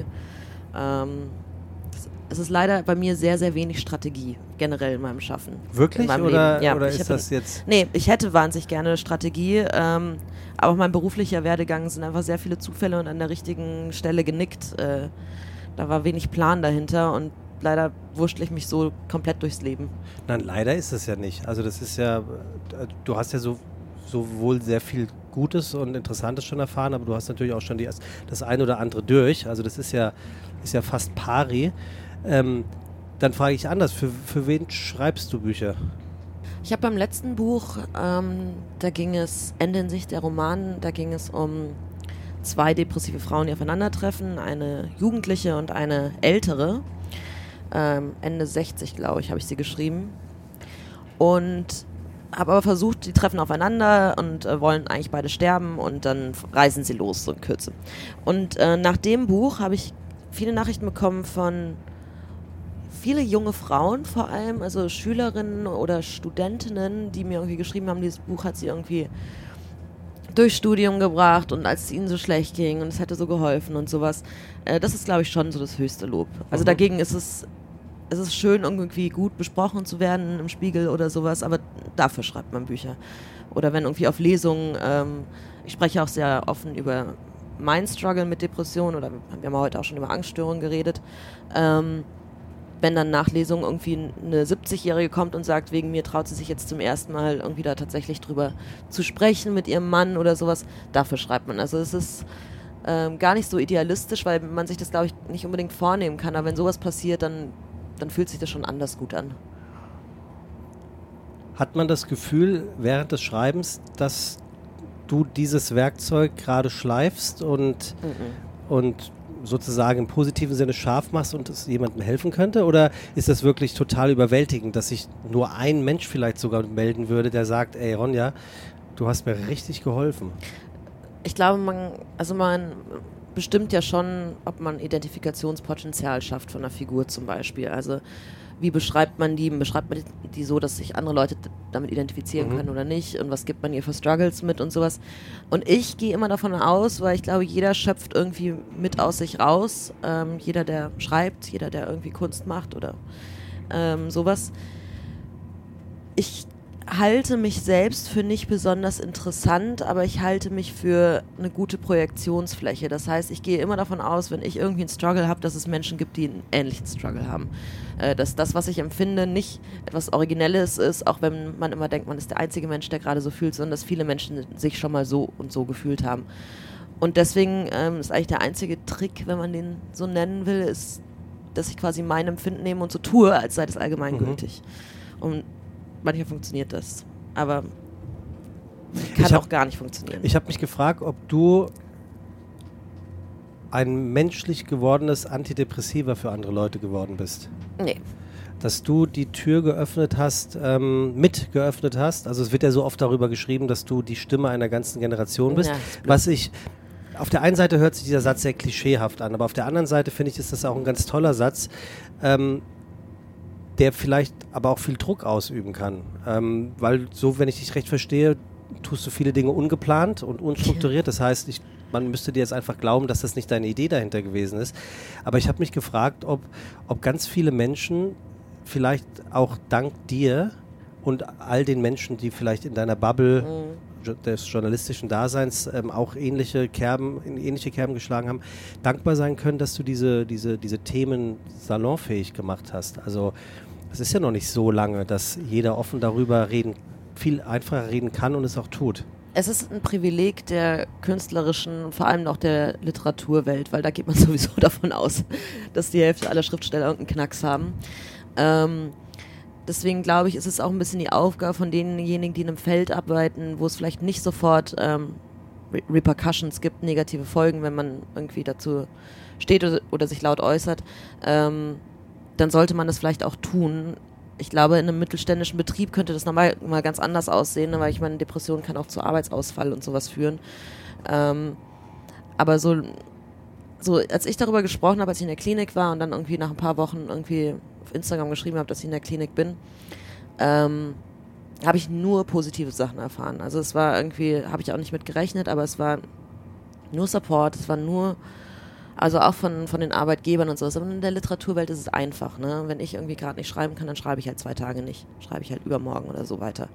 Es ist leider bei mir sehr, sehr wenig Strategie, generell in meinem Schaffen. Wirklich? Oder ist das jetzt... Nee, ich hätte wahnsinnig gerne Strategie, aber auch mein beruflicher Werdegang sind einfach sehr viele Zufälle und an der richtigen Stelle genickt. Da war wenig Plan dahinter und leider wurschtle ich mich so komplett durchs Leben. Nein, leider ist es ja nicht. Also das ist ja, du hast ja sowohl sehr viel Gutes und Interessantes schon erfahren, aber du hast natürlich auch schon das eine oder andere durch. Also das ist ja fast pari. Dann frage ich anders, für wen schreibst du Bücher? Ich habe beim letzten Buch, da ging es, Ende in Sicht, der Roman, da ging es um 2 depressive Frauen, die aufeinandertreffen, eine Jugendliche und eine ältere. Ende 60, glaube ich, habe ich sie geschrieben. Und habe aber versucht, die treffen aufeinander und wollen eigentlich beide sterben und dann reisen sie los, so in Kürze. Und nach dem Buch habe ich viele Nachrichten bekommen von viele junge Frauen vor allem, also Schülerinnen oder Studentinnen, die mir irgendwie geschrieben haben, dieses Buch hat sie irgendwie durchs Studium gebracht und als es ihnen so schlecht ging und es hätte so geholfen und sowas. Das ist, glaube ich, schon so das höchste Lob. Also dagegen ist es schön, irgendwie gut besprochen zu werden im Spiegel oder sowas, aber dafür schreibt man Bücher. Oder wenn irgendwie auf Lesungen, ich spreche auch sehr offen über mein Struggle mit Depressionen oder wir haben heute auch schon über Angststörungen geredet, wenn dann nach Lesungen irgendwie eine 70-Jährige kommt und sagt, wegen mir traut sie sich jetzt zum ersten Mal irgendwie da tatsächlich drüber zu sprechen mit ihrem Mann oder sowas, dafür schreibt man. Also es ist gar nicht so idealistisch, weil man sich das, glaube ich, nicht unbedingt vornehmen kann, aber wenn sowas passiert, dann fühlt sich das schon anders gut an. Hat man das Gefühl während des Schreibens, dass du dieses Werkzeug gerade schleifst und sozusagen im positiven Sinne scharf machst und es jemandem helfen könnte? Oder ist das wirklich total überwältigend, dass sich nur ein Mensch vielleicht sogar melden würde, der sagt, ey Ronja, du hast mir richtig geholfen? Ich glaube, man bestimmt ja schon, ob man Identifikationspotenzial schafft von einer Figur zum Beispiel. Also wie beschreibt man die? Beschreibt man die so, dass sich andere Leute damit identifizieren können oder nicht? Und was gibt man ihr für Struggles mit und sowas? Und ich gehe immer davon aus, weil ich glaube, jeder schöpft irgendwie mit aus sich raus. Jeder, der schreibt, jeder, der irgendwie Kunst macht oder sowas. Ich halte mich selbst für nicht besonders interessant, aber ich halte mich für eine gute Projektionsfläche. Das heißt, ich gehe immer davon aus, wenn ich irgendwie einen Struggle habe, dass es Menschen gibt, die einen ähnlichen Struggle haben. Dass das, was ich empfinde, nicht etwas Originelles ist, auch wenn man immer denkt, man ist der einzige Mensch, der gerade so fühlt, sondern dass viele Menschen sich schon mal so und so gefühlt haben. Und deswegen ist eigentlich der einzige Trick, wenn man den so nennen will, ist, dass ich quasi mein Empfinden nehme und so tue, als sei das allgemeingültig. Und manchmal funktioniert das, aber kann auch gar nicht funktionieren. Ich habe mich gefragt, ob du ein menschlich gewordenes Antidepressiva für andere Leute geworden bist. Nee. Dass du die Tür geöffnet hast, mitgeöffnet hast. Also es wird ja so oft darüber geschrieben, dass du die Stimme einer ganzen Generation bist. Ja, was ich auf der einen Seite hört sich dieser Satz sehr klischeehaft an, aber auf der anderen Seite finde ich, ist das auch ein ganz toller Satz, der vielleicht aber auch viel Druck ausüben kann. Weil so, wenn ich dich recht verstehe, tust du viele Dinge ungeplant und unstrukturiert. Das heißt, man müsste dir jetzt einfach glauben, dass das nicht deine Idee dahinter gewesen ist. Aber ich habe mich gefragt, ob ganz viele Menschen vielleicht auch dank dir und all den Menschen, die vielleicht in deiner Bubble des journalistischen Daseins auch ähnliche Kerben geschlagen haben, dankbar sein können, dass du diese Themen salonfähig gemacht hast. Also es ist ja noch nicht so lange, dass jeder offen darüber viel einfacher reden kann und es auch tut. Es ist ein Privileg der künstlerischen, vor allem auch der Literaturwelt, weil da geht man sowieso davon aus, dass die Hälfte aller Schriftsteller irgendeinen Knacks haben. Deswegen glaube ich, ist es auch ein bisschen die Aufgabe von denjenigen, die in einem Feld arbeiten, wo es vielleicht nicht sofort Repercussions gibt, negative Folgen, wenn man irgendwie dazu steht oder sich laut äußert, dann sollte man das vielleicht auch tun. Ich glaube, in einem mittelständischen Betrieb könnte das nochmal mal ganz anders aussehen, weil ich meine, Depression kann auch zu Arbeitsausfall und sowas führen. Aber so als ich darüber gesprochen habe, als ich in der Klinik war und dann irgendwie nach ein paar Wochen irgendwie auf Instagram geschrieben habe, dass ich in der Klinik bin, habe ich nur positive Sachen erfahren. Also es war irgendwie, habe ich auch nicht mit gerechnet, aber es war nur Support, es war nur, also auch von den Arbeitgebern und sowas. Aber in der Literaturwelt ist es einfach, ne? Wenn ich irgendwie gerade nicht schreiben kann, dann schreibe ich halt 2 Tage nicht. Schreibe ich halt übermorgen oder so weiter.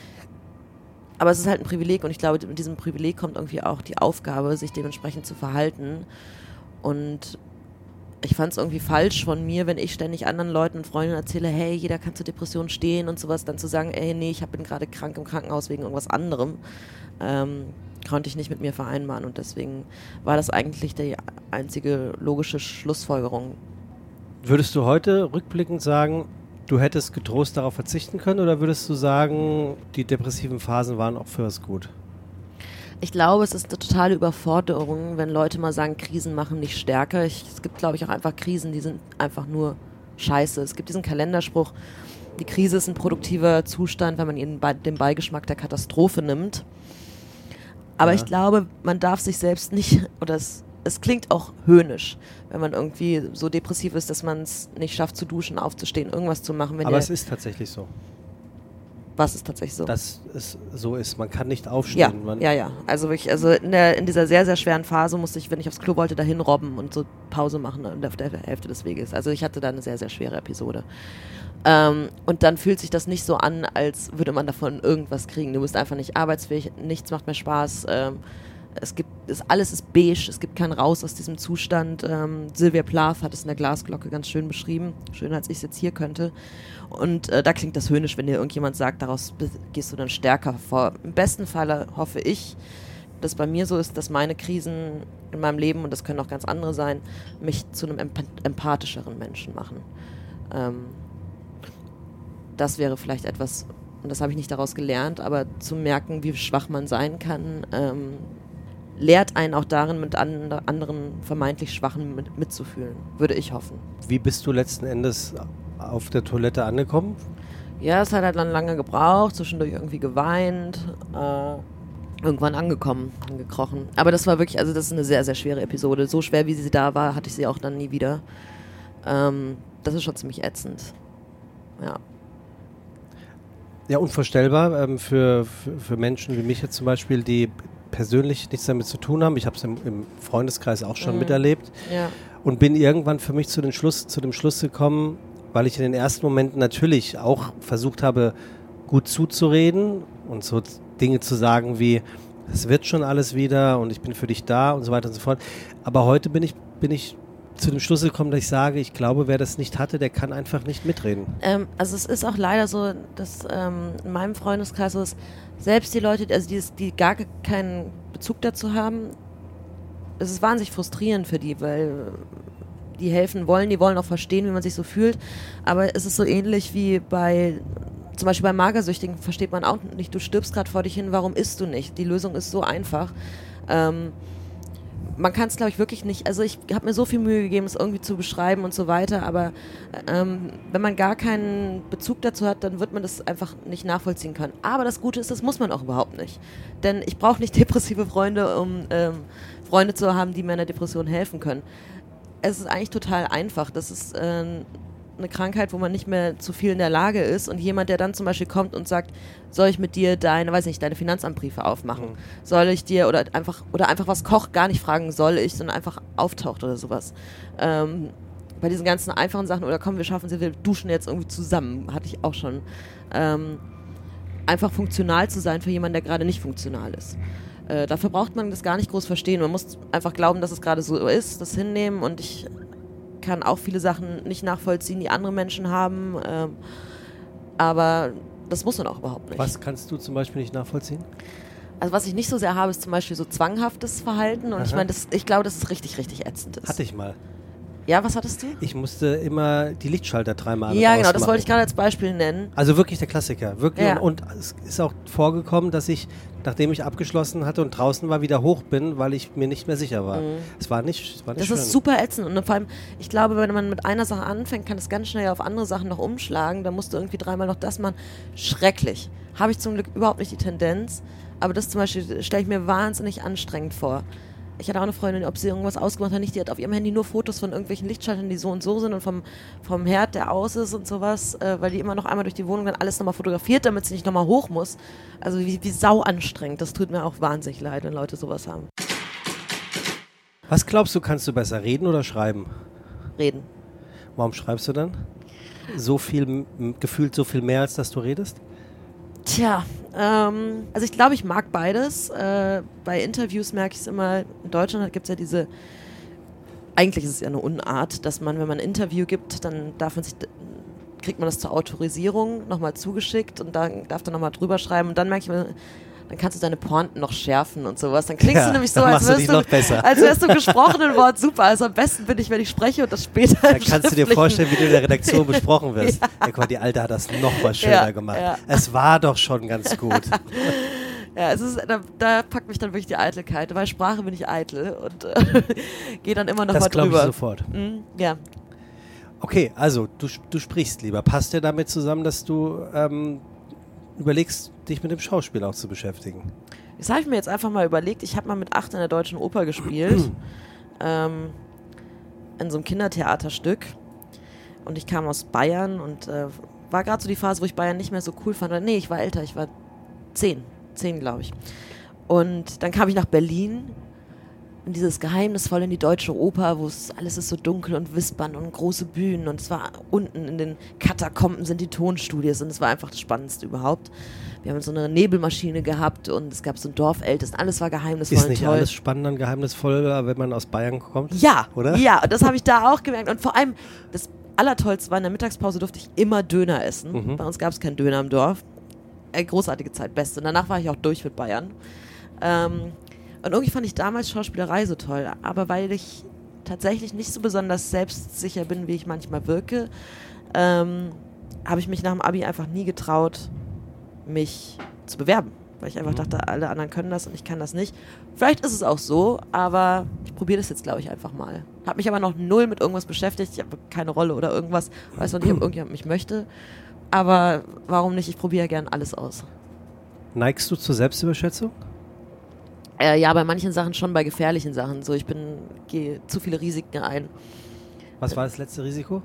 Aber es ist halt ein Privileg und ich glaube, mit diesem Privileg kommt irgendwie auch die Aufgabe, sich dementsprechend zu verhalten. Und ich fand es irgendwie falsch von mir, wenn ich ständig anderen Leuten und Freunden erzähle, hey, jeder kann zur Depression stehen und sowas, dann zu sagen, ey, nee, ich bin gerade krank im Krankenhaus wegen irgendwas anderem. Konnte ich nicht mit mir vereinbaren und deswegen war das eigentlich die einzige logische Schlussfolgerung. Würdest du heute rückblickend sagen, du hättest getrost darauf verzichten können oder würdest du sagen, die depressiven Phasen waren auch für was gut? Ich glaube, es ist eine totale Überforderung, wenn Leute mal sagen, Krisen machen nicht stärker. Es gibt, glaube ich, auch einfach Krisen, die sind einfach nur scheiße. Es gibt diesen Kalenderspruch, die Krise ist ein produktiver Zustand, wenn man ihnen den Beigeschmack der Katastrophe nimmt. Aber ich glaube, man darf sich selbst nicht, oder es klingt auch höhnisch, wenn man irgendwie so depressiv ist, dass man es nicht schafft zu duschen, aufzustehen, irgendwas zu machen. Aber es ist tatsächlich so. Was ist tatsächlich so? Dass es so ist, man kann nicht aufstehen. Ja. Also wirklich, in dieser sehr, sehr schweren Phase musste ich, wenn ich aufs Klo wollte, dahin robben und so Pause machen auf der Hälfte des Weges. Also ich hatte da eine sehr, sehr schwere Episode. Und dann fühlt sich das nicht so an, als würde man davon irgendwas kriegen. Du bist einfach nicht arbeitsfähig, nichts macht mehr Spaß. Alles ist beige, es gibt keinen Raus aus diesem Zustand. Sylvia Plath hat es in der Glasglocke ganz schön beschrieben, schöner als ich es jetzt hier könnte. Und da klingt das höhnisch, wenn dir irgendjemand sagt, daraus gehst du dann stärker vor. Im besten Falle hoffe ich, dass bei mir so ist, dass meine Krisen in meinem Leben, und das können auch ganz andere sein, mich zu einem empathischeren Menschen machen. Das wäre vielleicht etwas, und das habe ich nicht daraus gelernt, aber zu merken, wie schwach man sein kann, lehrt einen auch darin, mit anderen vermeintlich Schwachen mitzufühlen, würde ich hoffen. Wie bist du letzten Endes auf der Toilette angekommen? Ja, es hat halt dann lange gebraucht, zwischendurch irgendwie geweint, irgendwann angekrochen. Aber das war wirklich, also das ist eine sehr, sehr schwere Episode. So schwer, wie sie da war, hatte ich sie auch dann nie wieder. Das ist schon ziemlich ätzend. Ja. Ja, unvorstellbar für Menschen wie mich jetzt zum Beispiel, die persönlich nichts damit zu tun haben. Ich habe es im Freundeskreis auch schon miterlebt und bin irgendwann für mich zu dem Schluss gekommen, weil ich in den ersten Momenten natürlich auch versucht habe, gut zuzureden und so Dinge zu sagen wie, es wird schon alles wieder und ich bin für dich da und so weiter und so fort. Aber heute bin ich zu dem Schluss gekommen, dass ich sage, ich glaube, wer das nicht hatte, der kann einfach nicht mitreden. Also es ist auch leider so, dass in meinem Freundeskreis so ist, selbst die Leute, also die gar keinen Bezug dazu haben, es ist wahnsinnig frustrierend für die, weil die helfen wollen, die wollen auch verstehen, wie man sich so fühlt, aber es ist so ähnlich wie zum Beispiel bei Magersüchtigen versteht man auch nicht, du stirbst gerade vor dich hin, warum isst du nicht? Die Lösung ist so einfach. Man kann es, glaube ich, wirklich nicht, also ich habe mir so viel Mühe gegeben, es irgendwie zu beschreiben und so weiter, aber wenn man gar keinen Bezug dazu hat, dann wird man das einfach nicht nachvollziehen können. Aber das Gute ist, das muss man auch überhaupt nicht. Denn ich brauche nicht depressive Freunde, um Freunde zu haben, die mir in der Depression helfen können. Es ist eigentlich total einfach. Das ist eine Krankheit, wo man nicht mehr zu viel in der Lage ist und jemand, der dann zum Beispiel kommt und sagt, soll ich mit dir deine Finanzamtbriefe aufmachen? Soll ich dir oder einfach was kocht, gar nicht fragen, soll ich, sondern einfach auftaucht oder sowas. Bei diesen ganzen einfachen Sachen, oder komm, wir schaffen es, wir duschen jetzt irgendwie zusammen, hatte ich auch schon. Einfach funktional zu sein für jemanden, der gerade nicht funktional ist. Dafür braucht man das gar nicht groß verstehen. Man muss einfach glauben, dass es gerade so ist, das hinnehmen, und ich kann auch viele Sachen nicht nachvollziehen, die andere Menschen haben, aber das muss man auch überhaupt nicht. Was kannst du zum Beispiel nicht nachvollziehen? Also was ich nicht so sehr habe, ist zum Beispiel so zwanghaftes Verhalten, und ich glaube, dass es richtig, richtig ätzend ist. Hatte ich mal. Ja, was hattest du? Ich musste immer die Lichtschalter 3-mal Ja, genau, das wollte ich gerade als Beispiel nennen. Also wirklich der Klassiker. Wirklich. Ja. Und es ist auch vorgekommen, dass ich, nachdem ich abgeschlossen hatte und draußen war, wieder hoch bin, weil ich mir nicht mehr sicher war. Es war nicht schön. Das ist super ätzend. Und vor allem, ich glaube, wenn man mit einer Sache anfängt, kann es ganz schnell auf andere Sachen noch umschlagen. Da musst du irgendwie 3-mal noch das machen. Schrecklich. Habe ich zum Glück überhaupt nicht die Tendenz. Aber das zum Beispiel stelle ich mir wahnsinnig anstrengend vor. Ich hatte auch eine Freundin, ob sie irgendwas ausgemacht hat, nicht, die hat auf ihrem Handy nur Fotos von irgendwelchen Lichtschaltern, die so und so sind, und vom Herd, der aus ist und sowas, weil die immer noch einmal durch die Wohnung dann alles nochmal fotografiert, damit sie nicht nochmal hoch muss. Also wie sau anstrengend. Das tut mir auch wahnsinnig leid, wenn Leute sowas haben. Was glaubst du, kannst du besser reden oder schreiben? Reden. Warum schreibst du dann? Gefühlt so viel mehr, als dass du redest? Tja, also ich glaube, ich mag beides. Bei Interviews merke ich es immer, in Deutschland gibt es ja eigentlich ist es ja eine Unart, dass man, wenn man ein Interview gibt, dann kriegt man das zur Autorisierung nochmal zugeschickt und dann darf dann nochmal drüber schreiben, und dann merke ich mir, dann kannst du deine Pointen noch schärfen und sowas. Dann klingst du nämlich so, als wärst du im gesprochenen Wort super. Also am besten bin ich, wenn ich spreche und das später Dann kannst du dir vorstellen, wie du in der Redaktion besprochen wirst. Ja. Guck mal, die Alte hat das noch mal schöner gemacht. Ja. Es war doch schon ganz gut. Ja, da packt mich dann wirklich die Eitelkeit. Bei Sprache bin ich eitel und gehe dann immer noch mal drüber. Das glaube ich sofort. Ja. Okay, also du sprichst lieber. Passt dir damit zusammen, dass du überlegst, dich mit dem Schauspiel auch zu beschäftigen? Das habe ich mir jetzt einfach mal überlegt. Ich habe mal mit 8 in der Deutschen Oper gespielt. In so einem Kindertheaterstück. Und ich kam aus Bayern und war gerade so die Phase, wo ich Bayern nicht mehr so cool fand. Nee, ich war älter. Ich war 10, glaube ich. Und dann kam ich nach Berlin in dieses Geheimnisvolle, in die Deutsche Oper, wo alles ist so dunkel und wispern und große Bühnen, und es war unten in den Katakomben sind die Tonstudios, und es war einfach das Spannendste überhaupt. Wir haben so eine Nebelmaschine gehabt und es gab so ein Dorfältesten, alles war geheimnisvoll und toll. Ist nicht alles spannend und geheimnisvoll, wenn man aus Bayern kommt? Ja, oder? Ja, und das habe ich da auch gemerkt, und vor allem das Allertollste war, in der Mittagspause durfte ich immer Döner essen. Bei uns gab es keinen Döner im Dorf. Großartige Zeit, beste. Und danach war ich auch durch mit Bayern. Und irgendwie fand ich damals Schauspielerei so toll, aber weil ich tatsächlich nicht so besonders selbstsicher bin, wie ich manchmal wirke, habe ich mich nach dem Abi einfach nie getraut, mich zu bewerben, weil ich einfach dachte, alle anderen können das und ich kann das nicht. Vielleicht ist es auch so, aber ich probiere das jetzt, glaube ich, einfach mal. Habe mich aber noch null mit irgendwas beschäftigt, ich habe keine Rolle oder irgendwas, weiß noch nicht, ob irgendjemand mich möchte, aber warum nicht, ich probiere gern alles aus. Neigst du zur Selbstüberschätzung? Ja, bei manchen Sachen schon, bei gefährlichen Sachen. So, gehe zu viele Risiken ein. Was war das letzte Risiko?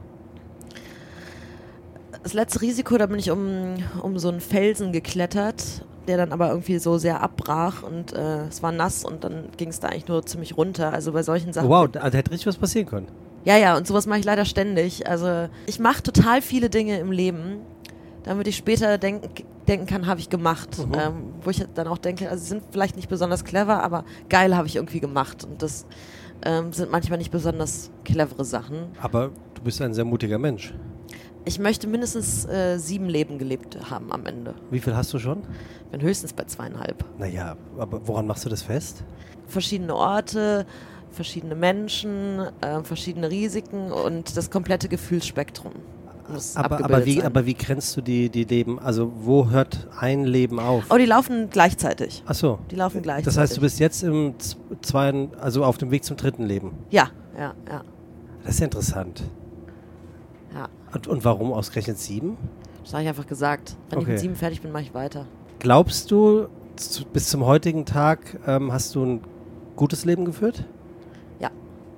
Das letzte Risiko, da bin ich um so einen Felsen geklettert, der dann aber irgendwie so sehr abbrach und es war nass und dann ging es da eigentlich nur ziemlich runter. Also bei solchen Sachen. Wow, da hätte richtig was passieren können. Ja, und sowas mache ich leider ständig. Also ich mache total viele Dinge im Leben, damit ich später denken kann, habe ich gemacht. Wo ich dann auch denke, also sie sind vielleicht nicht besonders clever, aber geil habe ich irgendwie gemacht. Und das sind manchmal nicht besonders clevere Sachen. Aber du bist ein sehr mutiger Mensch. Ich möchte mindestens 7 Leben gelebt haben am Ende. Wie viel hast du schon? Ich bin höchstens bei 2,5. Naja, aber woran machst du das fest? Verschiedene Orte, verschiedene Menschen, verschiedene Risiken und das komplette Gefühlsspektrum. Aber wie grenzt du die Leben? Also wo hört ein Leben auf? Oh, die laufen gleichzeitig. Ach so. Die laufen gleichzeitig. Das heißt, du bist jetzt auf dem Weg zum 3. Leben? Ja. Das ist ja interessant. Ja. Und warum ausgerechnet 7? Das habe ich einfach gesagt. Wenn ich mit 7 fertig bin, mache ich weiter. Glaubst du, bis zum heutigen Tag hast du ein gutes Leben geführt? Ja.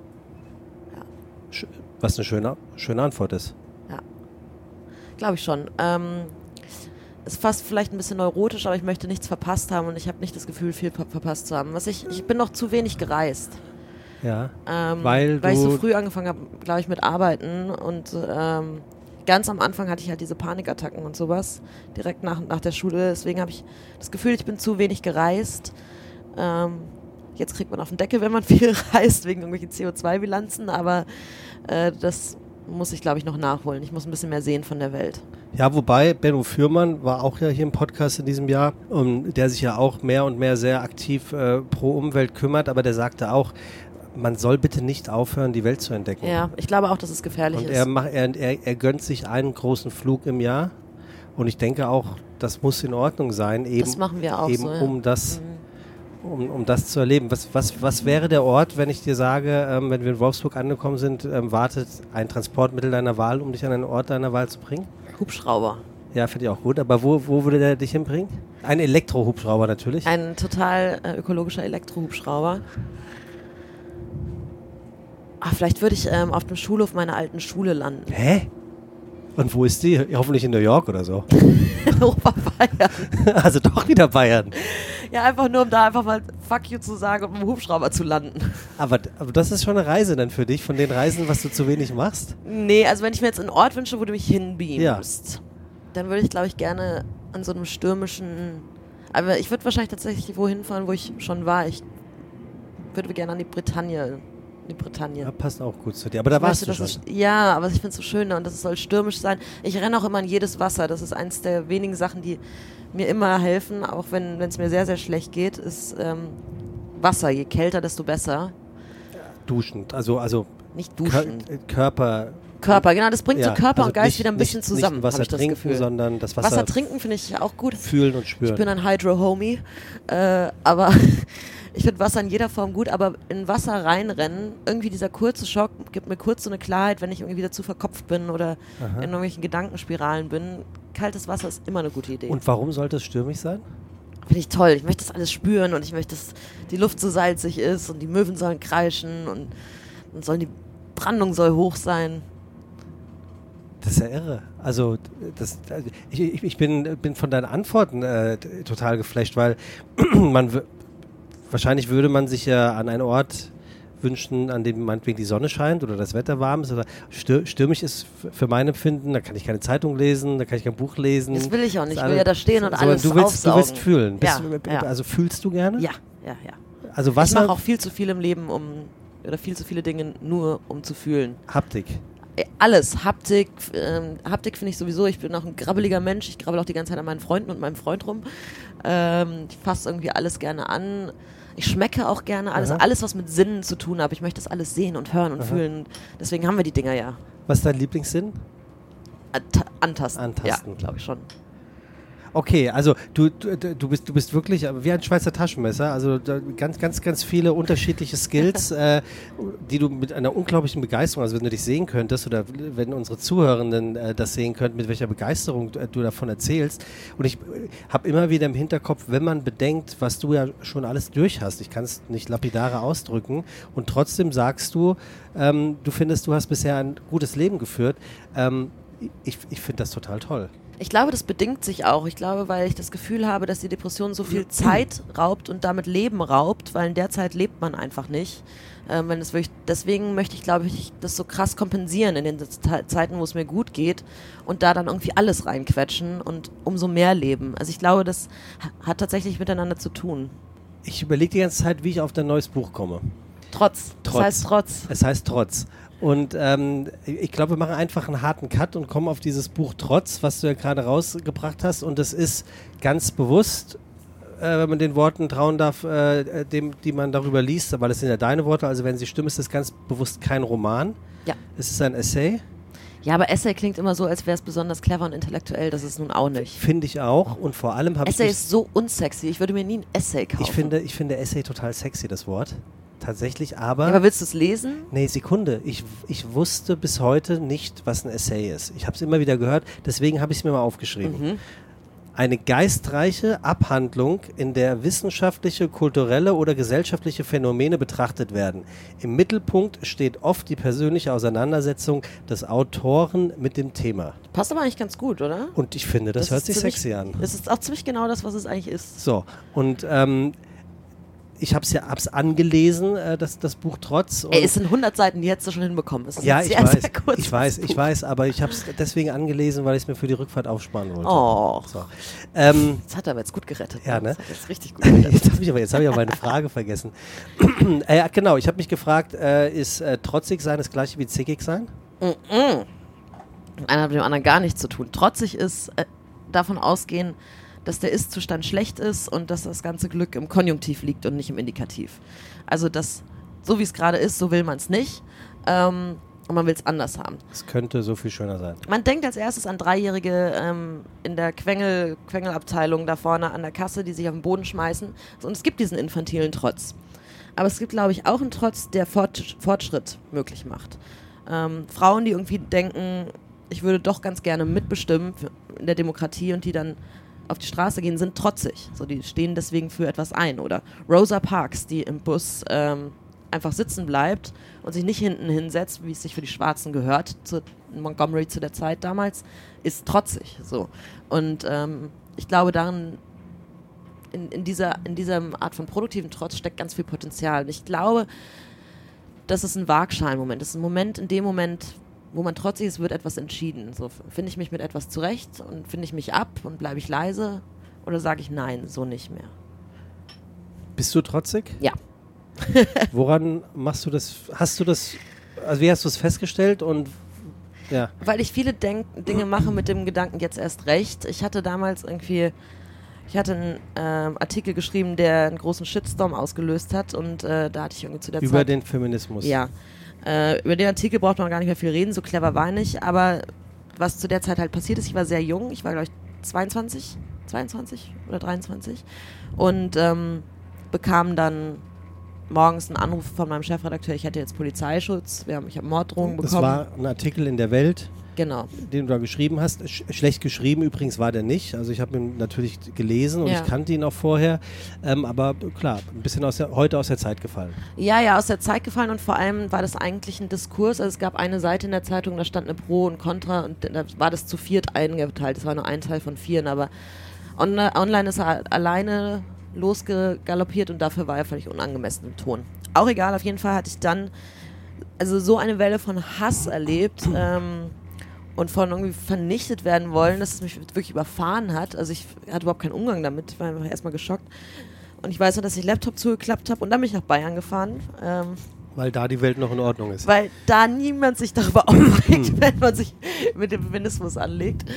Was eine schöne Antwort ist. Ja, glaube ich schon. Ist fast vielleicht ein bisschen neurotisch, aber ich möchte nichts verpasst haben und ich habe nicht das Gefühl, viel verpasst zu haben. Ich bin noch zu wenig gereist. Ja, weil ich so früh angefangen habe, glaube ich, mit Arbeiten und ganz am Anfang hatte ich halt diese Panikattacken und sowas, direkt nach der Schule. Deswegen habe ich das Gefühl, ich bin zu wenig gereist. Jetzt kriegt man auf den Deckel, wenn man viel reist, wegen irgendwelchen CO2-Bilanzen, aber das muss ich, glaube ich, noch nachholen. Ich muss ein bisschen mehr sehen von der Welt. Ja, wobei Benno Fürmann war auch ja hier im Podcast in diesem Jahr, der sich ja auch mehr und mehr sehr aktiv pro Umwelt kümmert, aber der sagte auch, man soll bitte nicht aufhören, die Welt zu entdecken. Ja, ich glaube auch, dass es gefährlich ist. Und er gönnt sich einen großen Flug im Jahr und ich denke auch, das muss in Ordnung sein, eben, das machen wir auch eben so, ja. um das zu erleben. Was wäre der Ort, wenn ich dir sage, wenn wir in Wolfsburg angekommen sind, wartet ein Transportmittel deiner Wahl, um dich an einen Ort deiner Wahl zu bringen? Hubschrauber. Ja, finde ich auch gut. Aber wo würde der dich hinbringen? Ein Elektrohubschrauber natürlich. Ein total ökologischer Elektrohubschrauber. Vielleicht würde ich auf dem Schulhof meiner alten Schule landen. Hä? Und wo ist die? Hoffentlich in New York oder so. Oberbayern. Also doch wieder Bayern. Ja, einfach nur, um da einfach mal Fuck you zu sagen und mit dem Hubschrauber zu landen. Aber das ist schon eine Reise dann für dich, von den Reisen, was du zu wenig machst? Nee, also wenn ich mir jetzt einen Ort wünsche, wo du mich hinbeamst, dann würde ich, glaube ich, gerne an so einem stürmischen... Aber ich würde wahrscheinlich tatsächlich wohin fahren, wo ich schon war. Ich würde gerne an die Bretagne. Ja, passt auch gut zu dir. Aber da warst du schon. Ja, aber ich finde es so schön und das soll stürmisch sein. Ich renne auch immer in jedes Wasser. Das ist eins der wenigen Sachen, die mir immer helfen, auch wenn es mir sehr, sehr schlecht geht, ist Wasser. Je kälter, desto besser. Duschend, also nicht duschen. Körper, genau, das bringt so Körper und Geist wieder ein bisschen zusammen, habe ich das Gefühl. Trinken, sondern das Wasser trinken finde ich auch gut. Fühlen und spüren. Ich bin ein Hydro-Homie, aber ich finde Wasser in jeder Form gut, aber in Wasser reinrennen, irgendwie dieser kurze Schock gibt mir kurz so eine Klarheit, wenn ich irgendwie wieder zu verkopft bin oder in irgendwelchen Gedankenspiralen bin. Kaltes Wasser ist immer eine gute Idee. Und warum sollte es stürmisch sein? Finde ich toll. Ich möchte das alles spüren und ich möchte, dass die Luft so salzig ist und die Möwen sollen kreischen und die Brandung soll hoch sein. Das ist ja irre. Also ich bin von deinen Antworten total geflasht, weil wahrscheinlich würde man sich ja an einen Ort wünschen, an dem meinetwegen die Sonne scheint oder das Wetter warm ist oder stürmisch ist für mein Empfinden, da kann ich keine Zeitung lesen, da kann ich kein Buch lesen. Das will ich auch nicht, ich will ja da stehen und alles aufsaugen. Du willst fühlen. Ja. Also fühlst du gerne? Ja. Also Wasser? Ich mache auch viel zu viel im Leben, oder viel zu viele Dinge nur, um zu fühlen. Haptik? Alles. Haptik finde ich sowieso, ich bin auch ein grabbeliger Mensch, ich grabbel auch die ganze Zeit an meinen Freunden und meinem Freund rum. Ich fasse irgendwie alles gerne an. Ich schmecke auch gerne alles, was mit Sinnen zu tun hat. Ich möchte das alles sehen und hören und fühlen. Deswegen haben wir die Dinger ja. Was ist dein Lieblingssinn? Antasten. Ja, glaube ich schon. Okay, also du bist wirklich wie ein Schweizer Taschenmesser, also ganz viele unterschiedliche Skills, die du mit einer unglaublichen Begeisterung, also wenn du dich sehen könntest oder wenn unsere Zuhörenden das sehen könnten, mit welcher Begeisterung du davon erzählst. Und ich habe immer wieder im Hinterkopf, wenn man bedenkt, was du ja schon alles durch hast, ich kann es nicht lapidarer ausdrücken und trotzdem sagst du, du findest, du hast bisher ein gutes Leben geführt. Ich finde das total toll. Ich glaube, das bedingt sich auch. Ich glaube, weil ich das Gefühl habe, dass die Depression so viel Zeit raubt und damit Leben raubt, weil in der Zeit lebt man einfach nicht. Deswegen möchte ich, glaube ich, das so krass kompensieren in den Zeiten, wo es mir gut geht und da dann irgendwie alles reinquetschen und umso mehr leben. Also ich glaube, das hat tatsächlich miteinander zu tun. Ich überlege die ganze Zeit, wie ich auf dein neues Buch komme. Trotz. Es heißt Trotz. Es heißt Trotz. Und ich glaube, wir machen einfach einen harten Cut und kommen auf dieses Buch Trotz, was du ja gerade rausgebracht hast. Und es ist ganz bewusst, wenn man den Worten trauen darf, die man darüber liest, weil es sind ja deine Worte, also wenn sie stimmen, ist es ganz bewusst kein Roman. Ja. Es ist ein Essay. Ja, aber Essay klingt immer so, als wäre es besonders clever und intellektuell. Das ist nun auch nicht. Finde ich auch. Und vor allem habe ich... Essay ist so unsexy. Ich würde mir nie ein Essay kaufen. Ich finde Essay total sexy, das Wort. Tatsächlich, aber... Ja, aber willst du es lesen? Nee, Sekunde. Ich wusste bis heute nicht, was ein Essay ist. Ich habe es immer wieder gehört, deswegen habe ich es mir mal aufgeschrieben. eine geistreiche Abhandlung, in der wissenschaftliche, kulturelle oder gesellschaftliche Phänomene betrachtet werden. Im Mittelpunkt steht oft die persönliche Auseinandersetzung des Autoren mit dem Thema. Passt aber eigentlich ganz gut, oder? Und ich finde, das hört sich sexy an. Das ist auch ziemlich genau das, was es eigentlich ist. So, und ich hab's angelesen, das Buch Trotz. Und Es sind 100 Seiten, die hättest du schon hinbekommen. Es ist ja, ein sehr, sehr kurzes ich weiß, aber ich habe es deswegen angelesen, weil ich es mir für die Rückfahrt aufsparen wollte. Oh. So. Das hat er aber jetzt gut gerettet. Ja, ne? Das hat jetzt richtig gut gerettet. Jetzt habe ich aber meine Frage vergessen. Genau, ich habe mich gefragt, ist trotzig sein das gleiche wie zickig sein? Einer hat mit dem anderen gar nichts zu tun. Trotzig ist davon ausgehen, dass der Ist-Zustand schlecht ist und dass das ganze Glück im Konjunktiv liegt und nicht im Indikativ. Also das, so wie es gerade ist, so will man es nicht und man will es anders haben. Es könnte so viel schöner sein. Man denkt als erstes an Dreijährige in der Quengelabteilung da vorne an der Kasse, die sich auf den Boden schmeißen. Und es gibt diesen infantilen Trotz. Aber es gibt, glaube ich, auch einen Trotz, der Fortschritt möglich macht. Frauen, die irgendwie denken, ich würde doch ganz gerne mitbestimmen in der Demokratie und die dann auf die Straße gehen, sind trotzig. So, die stehen deswegen für etwas ein. Oder Rosa Parks, die im Bus einfach sitzen bleibt und sich nicht hinten hinsetzt, wie es sich für die Schwarzen gehört, in Montgomery zu der Zeit damals, ist trotzig. So. Und ich glaube, darin, in dieser Art von produktiven Trotz steckt ganz viel Potenzial. Und ich glaube, das ist ein Waagschalmoment. Das ist ein Moment, in dem Moment, wo man trotzig ist, wird etwas entschieden. So, finde ich mich mit etwas zurecht und finde ich mich ab und bleibe ich leise oder sage ich nein, so nicht mehr. Bist du trotzig? Ja. Woran machst du das? Hast du das, also wie hast du es festgestellt und ja? Weil ich viele Dinge mache mit dem Gedanken jetzt erst recht. Ich hatte damals einen Artikel geschrieben, der einen großen Shitstorm ausgelöst hat und da hatte ich irgendwie zu der Zeit... Über den Feminismus? Ja. Über den Artikel braucht man gar nicht mehr viel reden, so clever war ich nicht, aber was zu der Zeit halt passiert ist, ich war sehr jung, ich war glaube ich 22 oder 23 und bekam dann morgens einen Anruf von meinem Chefredakteur, ich hätte jetzt Polizeischutz, ich habe Morddrohungen bekommen. Das war ein Artikel in der Welt, genau, den du da geschrieben hast. Schlecht geschrieben übrigens war der nicht. Also ich habe ihn natürlich gelesen und ich kannte ihn auch vorher. Aber klar, ein bisschen heute aus der Zeit gefallen. Ja, aus der Zeit gefallen und vor allem war das eigentlich ein Diskurs. Also es gab eine Seite in der Zeitung, da stand eine Pro und Contra und da war das zu viert eingeteilt. Das war nur ein Teil von vieren, aber online ist er alleine losgaloppiert und dafür war er völlig unangemessen im Ton. Auch egal, auf jeden Fall hatte ich dann so eine Welle von Hass erlebt, und von irgendwie vernichtet werden wollen, dass es mich wirklich überfahren hat. Also ich hatte überhaupt keinen Umgang damit, ich war einfach erstmal geschockt. Und ich weiß noch, dass ich Laptop zugeklappt habe und dann bin ich nach Bayern gefahren. Weil da die Welt noch in Ordnung ist. Weil da niemand sich darüber aufregt, wenn man sich mit dem Feminismus anlegt.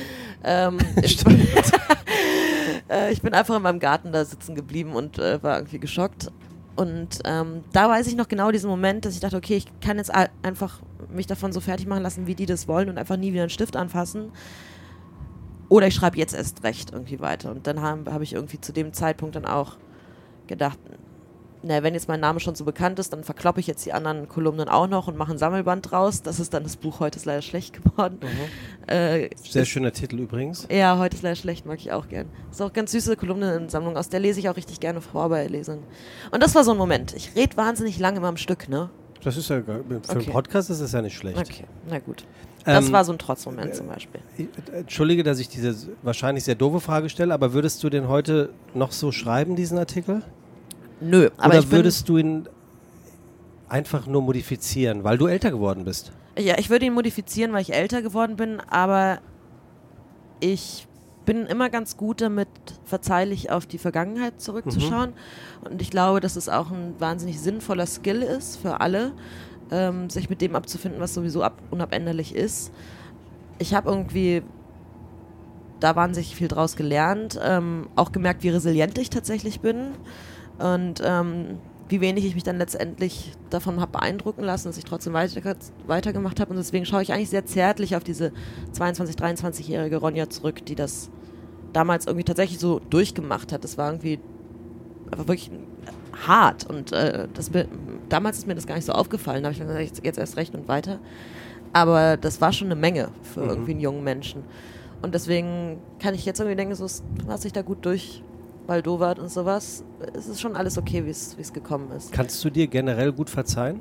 Ich bin einfach in meinem Garten da sitzen geblieben und war irgendwie geschockt. Und da weiß ich noch genau diesen Moment, dass ich dachte, okay, ich kann jetzt einfach mich davon so fertig machen lassen, wie die das wollen und einfach nie wieder einen Stift anfassen. Oder ich schreibe jetzt erst recht irgendwie weiter. Und dann habe ich irgendwie zu dem Zeitpunkt dann auch gedacht, wenn jetzt mein Name schon so bekannt ist, dann verkloppe ich jetzt die anderen Kolumnen auch noch und mache ein Sammelband draus. Das ist dann das Buch Heute ist leider schlecht geworden. Sehr schöner Titel übrigens. Ja, Heute ist leider schlecht, mag ich auch gern. Das ist auch ganz süße Kolumnensammlung, aus der lese ich auch richtig gerne vor bei Lesungen. Und das war so ein Moment. Ich rede wahnsinnig lange immer am Stück, ne? Das ist ja, für einen Podcast ist das ja nicht schlecht. Okay, na gut. Das war so ein Trotzmoment zum Beispiel. Entschuldige, dass ich diese wahrscheinlich sehr doofe Frage stelle, aber würdest du den heute noch so schreiben, diesen Artikel? Nö, aber oder würdest du ihn einfach nur modifizieren, weil du älter geworden bist? Ja, ich würde ihn modifizieren, weil ich älter geworden bin, aber ich bin immer ganz gut damit, verzeihlich auf die Vergangenheit zurückzuschauen. Und ich glaube, dass es auch ein wahnsinnig sinnvoller Skill ist für alle, sich mit dem abzufinden, was sowieso unabänderlich ist. Ich habe irgendwie da wahnsinnig viel draus gelernt, auch gemerkt, wie resilient ich tatsächlich bin und wie wenig ich mich dann letztendlich davon habe beeindrucken lassen, dass ich trotzdem weitergemacht habe. Und deswegen schaue ich eigentlich sehr zärtlich auf diese 22-, 23-jährige Ronja zurück, die das damals irgendwie tatsächlich so durchgemacht hat. Das war irgendwie einfach wirklich hart. Und damals ist mir das gar nicht so aufgefallen. Da habe ich gesagt, jetzt erst recht und weiter. Aber das war schon eine Menge für irgendwie einen jungen Menschen. Und deswegen kann ich jetzt irgendwie denken, so, du hast dich da gut durch Baldowat und sowas. Es ist schon alles okay, wie es gekommen ist. Kannst du dir generell gut verzeihen?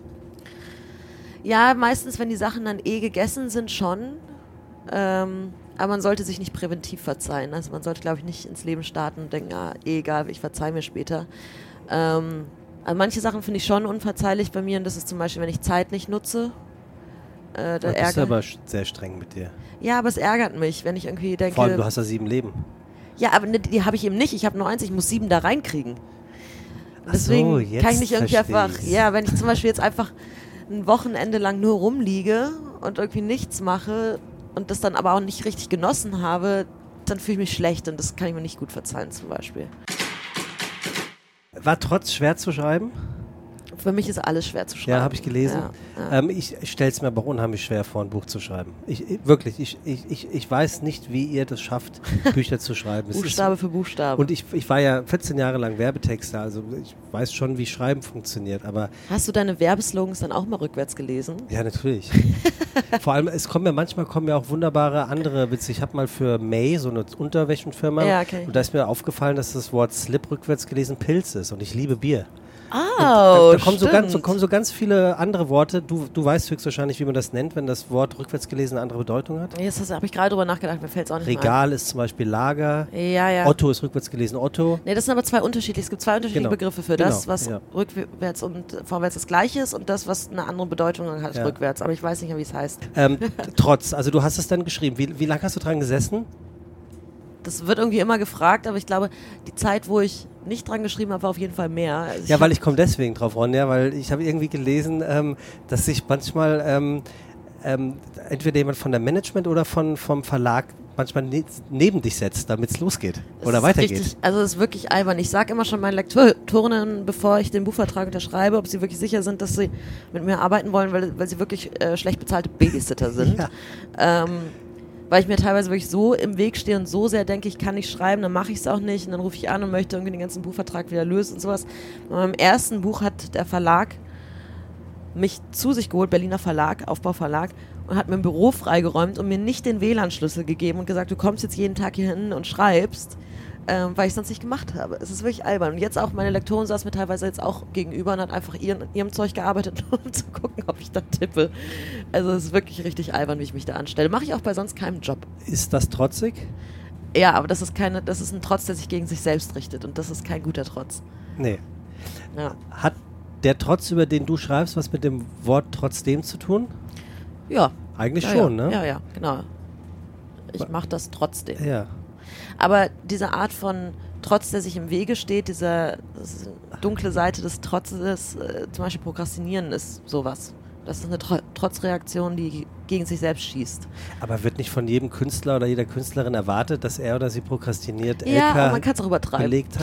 Ja, meistens, wenn die Sachen dann gegessen sind, schon. Aber man sollte sich nicht präventiv verzeihen. Also man sollte, glaube ich, nicht ins Leben starten und denken, egal, ich verzeihe mir später. Also manche Sachen finde ich schon unverzeihlich bei mir. Und das ist zum Beispiel, wenn ich Zeit nicht nutze. Du bist aber sehr streng mit dir. Ja, aber es ärgert mich, wenn ich irgendwie denke... Vor allem, du hast ja 7 Leben. Ja, aber die habe ich eben nicht. Ich habe nur 1, ich muss 7 da reinkriegen. Deswegen kann ich nicht irgendwie einfach... Ja, wenn ich zum Beispiel jetzt einfach ein Wochenende lang nur rumliege und irgendwie nichts mache und das dann aber auch nicht richtig genossen habe, dann fühle ich mich schlecht und das kann ich mir nicht gut verzeihen zum Beispiel. War Trotz schwer zu schreiben? Für mich ist alles schwer zu schreiben. Ja, habe ich gelesen. Ja. Ich stelle es mir aber auch unheimlich schwer vor, ein Buch zu schreiben. Ich weiß nicht, wie ihr das schafft, Bücher zu schreiben. Buchstabe für Buchstabe. Und ich war ja 14 Jahre lang Werbetexter, also ich weiß schon, wie Schreiben funktioniert. Aber hast du deine Werbeslogans dann auch mal rückwärts gelesen? Ja, natürlich. Vor allem, manchmal kommen ja auch wunderbare andere Witze. Ich habe mal für May, so eine Unterwäschenfirma, und da ist mir aufgefallen, dass das Wort Slip rückwärts gelesen Pilz ist und ich liebe Bier. Da kommen so ganz viele andere Worte. Du weißt höchstwahrscheinlich, wie man das nennt, wenn das Wort rückwärts gelesen eine andere Bedeutung hat. Jetzt habe ich gerade drüber nachgedacht, mir fällt es auch nicht Regal mehr ein. ist zum Beispiel Lager. Ja. Otto ist rückwärts gelesen Otto. Nee, das sind aber 2 unterschiedliche. Es gibt 2 unterschiedliche Begriffe für das, was rückwärts und vorwärts das Gleiche ist und das, was eine andere Bedeutung hat, ist rückwärts. Aber ich weiß nicht mehr, wie es heißt. Trotz, also du hast es dann geschrieben. Wie lange hast du dran gesessen? Das wird irgendwie immer gefragt, aber ich glaube, die Zeit, wo ich nicht dran geschrieben habe, war auf jeden Fall mehr. Also weil ich komme deswegen drauf, Ronja, weil ich habe irgendwie gelesen, dass sich manchmal entweder jemand von der Management oder vom Verlag manchmal neben dich setzt, damit es losgeht oder weitergeht. Richtig, also es ist wirklich albern. Ich sage immer schon meinen Lektorinnen, bevor ich den Buchvertrag unterschreibe, ob sie wirklich sicher sind, dass sie mit mir arbeiten wollen, weil sie wirklich schlecht bezahlte Babysitter sind. Ja. Weil ich mir teilweise wirklich so im Weg stehe und so sehr denke, ich kann nicht schreiben, dann mache ich es auch nicht und dann rufe ich an und möchte irgendwie den ganzen Buchvertrag wieder lösen und sowas. Bei meinem ersten Buch hat der Verlag mich zu sich geholt, Berliner Verlag, Aufbauverlag, und hat mir ein Büro freigeräumt und mir nicht den WLAN-Schlüssel gegeben und gesagt, du kommst jetzt jeden Tag hier hin und schreibst, weil ich es sonst nicht gemacht habe. Es ist wirklich albern. Und jetzt auch, meine Lektorin saß mir teilweise jetzt auch gegenüber und hat einfach ihrem Zeug gearbeitet, um zu gucken, ob ich da tippe. Also es ist wirklich richtig albern, wie ich mich da anstelle. Mache ich auch bei sonst keinem Job. Ist das trotzig? Ja, aber das ist ein Trotz, der sich gegen sich selbst richtet und das ist kein guter Trotz. Nee. Ja. Hat der Trotz, über den du schreibst, was mit dem Wort trotzdem zu tun? Ja. Eigentlich schon, ne? Ja, genau. Ich mache das trotzdem. Ja. Aber diese Art von Trotz, der sich im Wege steht, diese dunkle Seite des Trotzes, zum Beispiel Prokrastinieren ist sowas. Das ist eine Trotzreaktion, die gegen sich selbst schießt. Aber wird nicht von jedem Künstler oder jeder Künstlerin erwartet, dass er oder sie prokrastiniert? Ja, aber man kann es auch übertreiben. Belegt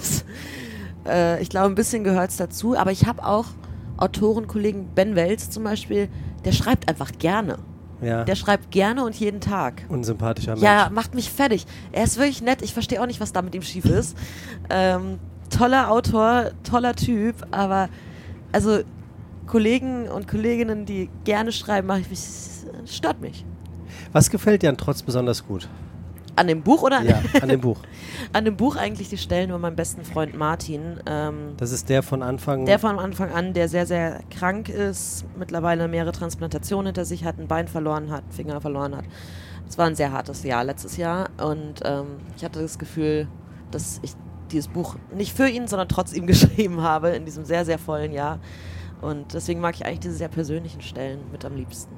hat? Ich glaube, ein bisschen gehört es dazu. Aber ich habe auch Autorenkollegen, Ben Welz zum Beispiel, der schreibt einfach gerne. Ja. Der schreibt gerne und jeden Tag. Unsympathischer Mensch. Ja, macht mich fertig. Er ist wirklich nett. Ich verstehe auch nicht, was da mit ihm schief ist. Toller Autor, toller Typ, aber also Kollegen und Kolleginnen, die gerne schreiben, stört mich. Was gefällt dir an Trotz besonders gut? An dem Buch oder? Ja, an dem Buch. An dem Buch eigentlich die Stellen über meinen besten Freund Martin. Das ist der von Anfang an, der sehr, sehr krank ist, mittlerweile mehrere Transplantationen hinter sich hat, ein Bein verloren hat, Finger verloren hat. Es war ein sehr hartes Jahr letztes Jahr und ich hatte das Gefühl, dass ich dieses Buch nicht für ihn, sondern trotz ihm geschrieben habe in diesem sehr, sehr vollen Jahr. Und deswegen mag ich eigentlich diese sehr persönlichen Stellen mit am liebsten.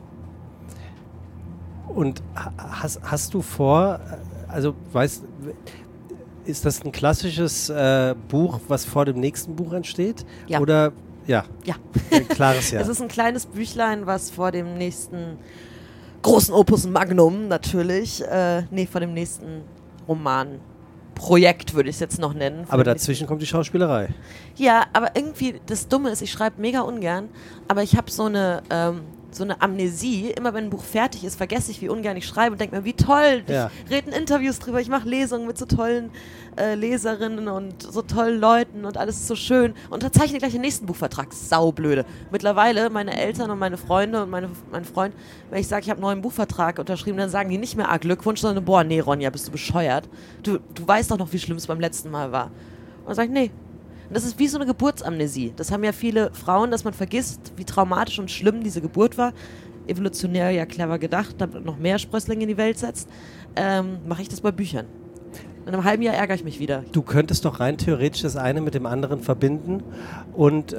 Und hast du vor, also ist das ein klassisches Buch, was vor dem nächsten Buch entsteht? Ja. Oder, ja. Ein klares Ja. Es ist ein kleines Büchlein, was vor dem nächsten großen Opus Magnum natürlich, vor dem nächsten Romanprojekt würde ich es jetzt noch nennen. Aber dazwischen kommt die Schauspielerei. Ja, aber irgendwie, das Dumme ist, ich schreibe mega ungern, aber ich habe so eine so eine Amnesie. Immer wenn ein Buch fertig ist, vergesse ich, wie ungern ich schreibe und denke mir, wie toll, ich rede in Interviews drüber, ich mache Lesungen mit so tollen Leserinnen und so tollen Leuten und alles ist so schön und unterzeichne gleich den nächsten Buchvertrag. Saublöde. Mittlerweile, meine Eltern und meine Freunde und mein Freund, wenn ich sage, ich habe einen neuen Buchvertrag unterschrieben, dann sagen die nicht mehr, Glückwunsch, sondern, boah, nee, Ronja, bist du bescheuert? Du weißt doch noch, wie schlimm es beim letzten Mal war. Und dann sage ich, nee. Und das ist wie so eine Geburtsamnesie. Das haben ja viele Frauen, dass man vergisst, wie traumatisch und schlimm diese Geburt war. Evolutionär ja clever gedacht, damit noch mehr Sprösslinge in die Welt setzt. Mache ich das bei Büchern. In einem halben Jahr ärgere ich mich wieder. Du könntest doch rein theoretisch das eine mit dem anderen verbinden und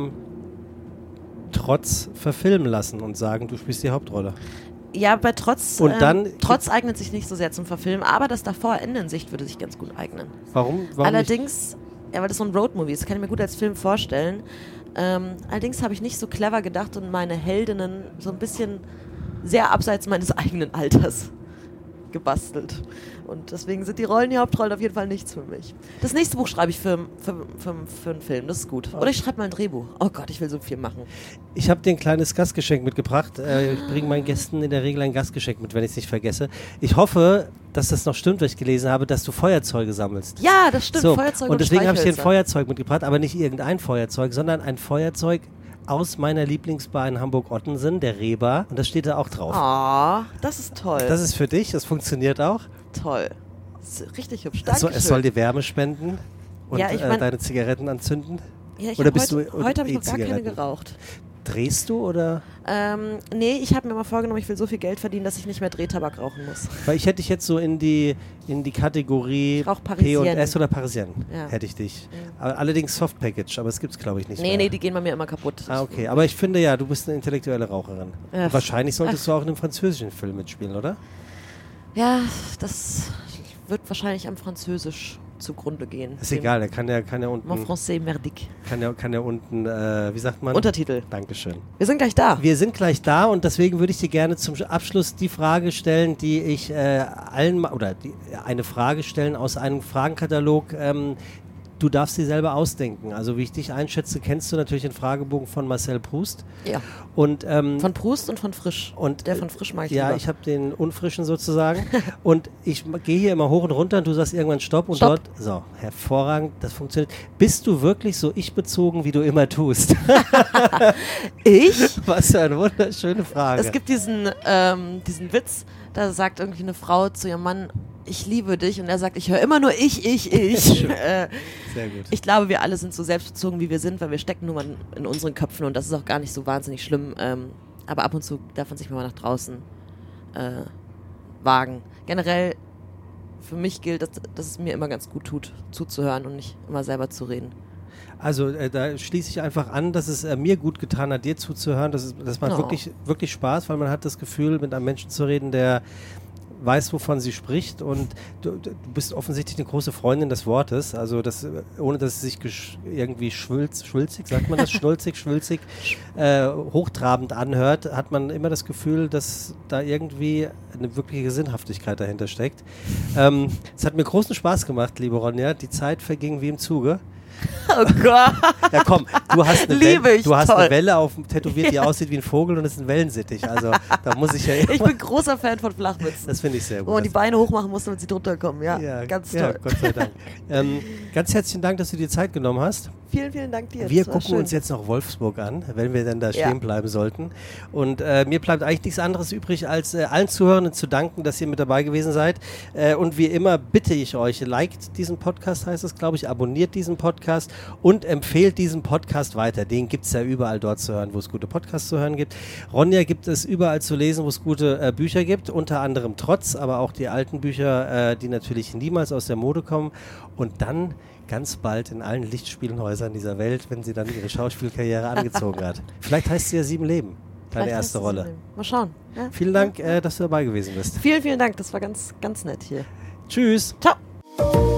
Trotz verfilmen lassen und sagen, du spielst die Hauptrolle. Ja, bei Trotz eignet sich nicht so sehr zum Verfilmen, aber das Davor-Ende in Sicht würde sich ganz gut eignen. Warum Allerdings, nicht? Ja, weil das so ein Roadmovie ist, das kann ich mir gut als Film vorstellen. Allerdings habe ich nicht so clever gedacht und meine Heldinnen so ein bisschen sehr abseits meines eigenen Alters gebastelt. Und deswegen sind die Rollen, die Hauptrollen auf jeden Fall nichts für mich. Das nächste Buch schreibe ich für einen Film, das ist gut. Oder ich schreibe mal ein Drehbuch. Oh Gott, ich will so viel machen. Ich habe dir ein kleines Gastgeschenk mitgebracht. Ich bringe meinen Gästen in der Regel ein Gastgeschenk mit, wenn ich es nicht vergesse. Ich hoffe, dass das noch stimmt, was ich gelesen habe, dass du Feuerzeuge sammelst. Ja, das stimmt, so, Feuerzeuge und deswegen habe ich dir ein Streichhölzer. Feuerzeug mitgebracht, aber nicht irgendein Feuerzeug, sondern ein Feuerzeug aus meiner Lieblingsbar in Hamburg-Ottensen, der Rehbar. Und das steht da auch drauf. Das ist toll. Das ist für dich, das funktioniert auch. Toll. Das ist richtig hübsch. Also, Dankeschön. es soll dir Wärme spenden und Ja, ich mein- deine Zigaretten anzünden. Ja, Oder bist du heute habe ich noch gar keine E-Zigaretten? geraucht. Drehst du oder? Nee, ich habe mir mal vorgenommen, ich will so viel Geld verdienen, dass ich nicht mehr Drehtabak rauchen muss. Weil ich hätte dich jetzt so in die Kategorie Ich rauch Parisienne. P&S oder Parisienne, Ja. hätte ich dich. Aber allerdings Soft Package, aber es gibt es glaube ich nicht Nee, mehr. nee, die gehen bei mir immer kaputt. Okay, aber ich finde ja, du bist eine intellektuelle Raucherin. Und wahrscheinlich solltest du auch in einem französischen Film mitspielen, oder? Ja, das wird wahrscheinlich am Französisch zugrunde gehen. Ist egal, der kann ja unten, Mon français merdique. kann ja unten, wie sagt man? Untertitel. Dankeschön. Wir sind gleich da. Wir sind gleich da und deswegen würde ich dir gerne zum Abschluss die Frage stellen, die ich eine Frage stellen aus einem Fragenkatalog. Du darfst sie selber ausdenken. Also wie ich dich einschätze, kennst du natürlich den Fragebogen von Marcel Proust. Ja. Und, Von Proust und von Frisch. Und, der von Frisch mag ich ja, lieber. ich habe den unfrischen sozusagen. Und ich gehe hier immer hoch und runter und du sagst irgendwann Stopp und Stopp. dort, so, hervorragend, das funktioniert. Bist du wirklich so ich-bezogen, wie du immer tust? Ich? Was für eine wunderschöne Frage. Es gibt diesen Witz, da sagt irgendwie eine Frau zu ihrem Mann, ich liebe dich, und er sagt, ich höre immer nur ich. Sehr gut. Ich glaube, wir alle sind so selbstbezogen, wie wir sind, weil wir stecken nur mal in unseren Köpfen und das ist auch gar nicht so wahnsinnig schlimm. Aber ab und zu darf man sich mal nach draußen wagen. Generell für mich gilt, dass es mir immer ganz gut tut, zuzuhören und nicht immer selber zu reden. Also da schließe ich einfach an, dass es mir gut getan hat, dir zuzuhören. Das macht wirklich, wirklich Spaß, weil man hat das Gefühl, mit einem Menschen zu reden, der weiß, wovon sie spricht, und du bist offensichtlich eine große Freundin des Wortes, also ohne dass es sich irgendwie schwülzig, sagt man das, schnulzig, schwülzig, hochtrabend anhört, hat man immer das Gefühl, dass da irgendwie eine wirkliche Sinnhaftigkeit dahinter steckt. Es hat mir großen Spaß gemacht, liebe Ronja, die Zeit verging wie im Zuge. Oh Gott. Ja komm, du hast eine Toll. Welle tätowiert, die aussieht wie ein Vogel und ist ein Wellensittich. Also da muss ich ja Ich bin großer Fan von Flachwitzen. Das finde ich sehr gut. Wo man die Beine hochmachen muss, damit sie drunter kommen. Ja, ganz toll. Ja, Gott sei Dank. Ganz herzlichen Dank, dass du dir Zeit genommen hast. Vielen, vielen Dank dir. Wir gucken uns jetzt noch Wolfsburg an, wenn wir denn da stehen bleiben sollten. Und mir bleibt eigentlich nichts anderes übrig, als allen Zuhörenden zu danken, dass ihr mit dabei gewesen seid. Und wie immer bitte ich euch, liked diesen Podcast, heißt es, glaube ich, abonniert diesen Podcast und empfehlt diesen Podcast weiter. Den gibt es ja überall dort zu hören, wo es gute Podcasts zu hören gibt. Ronja gibt es überall zu lesen, wo es gute Bücher gibt, unter anderem Trotz, aber auch die alten Bücher, die natürlich niemals aus der Mode kommen. Und dann ganz bald in allen Lichtspielhäusern dieser Welt, wenn sie dann ihre Schauspielkarriere angezogen hat. Vielleicht heißt sie ja 7 Leben, deine erste Rolle. Mal schauen. Ja? Vielen Dank, dass du dabei gewesen bist. Vielen, vielen Dank. Das war ganz, ganz nett hier. Tschüss. Ciao.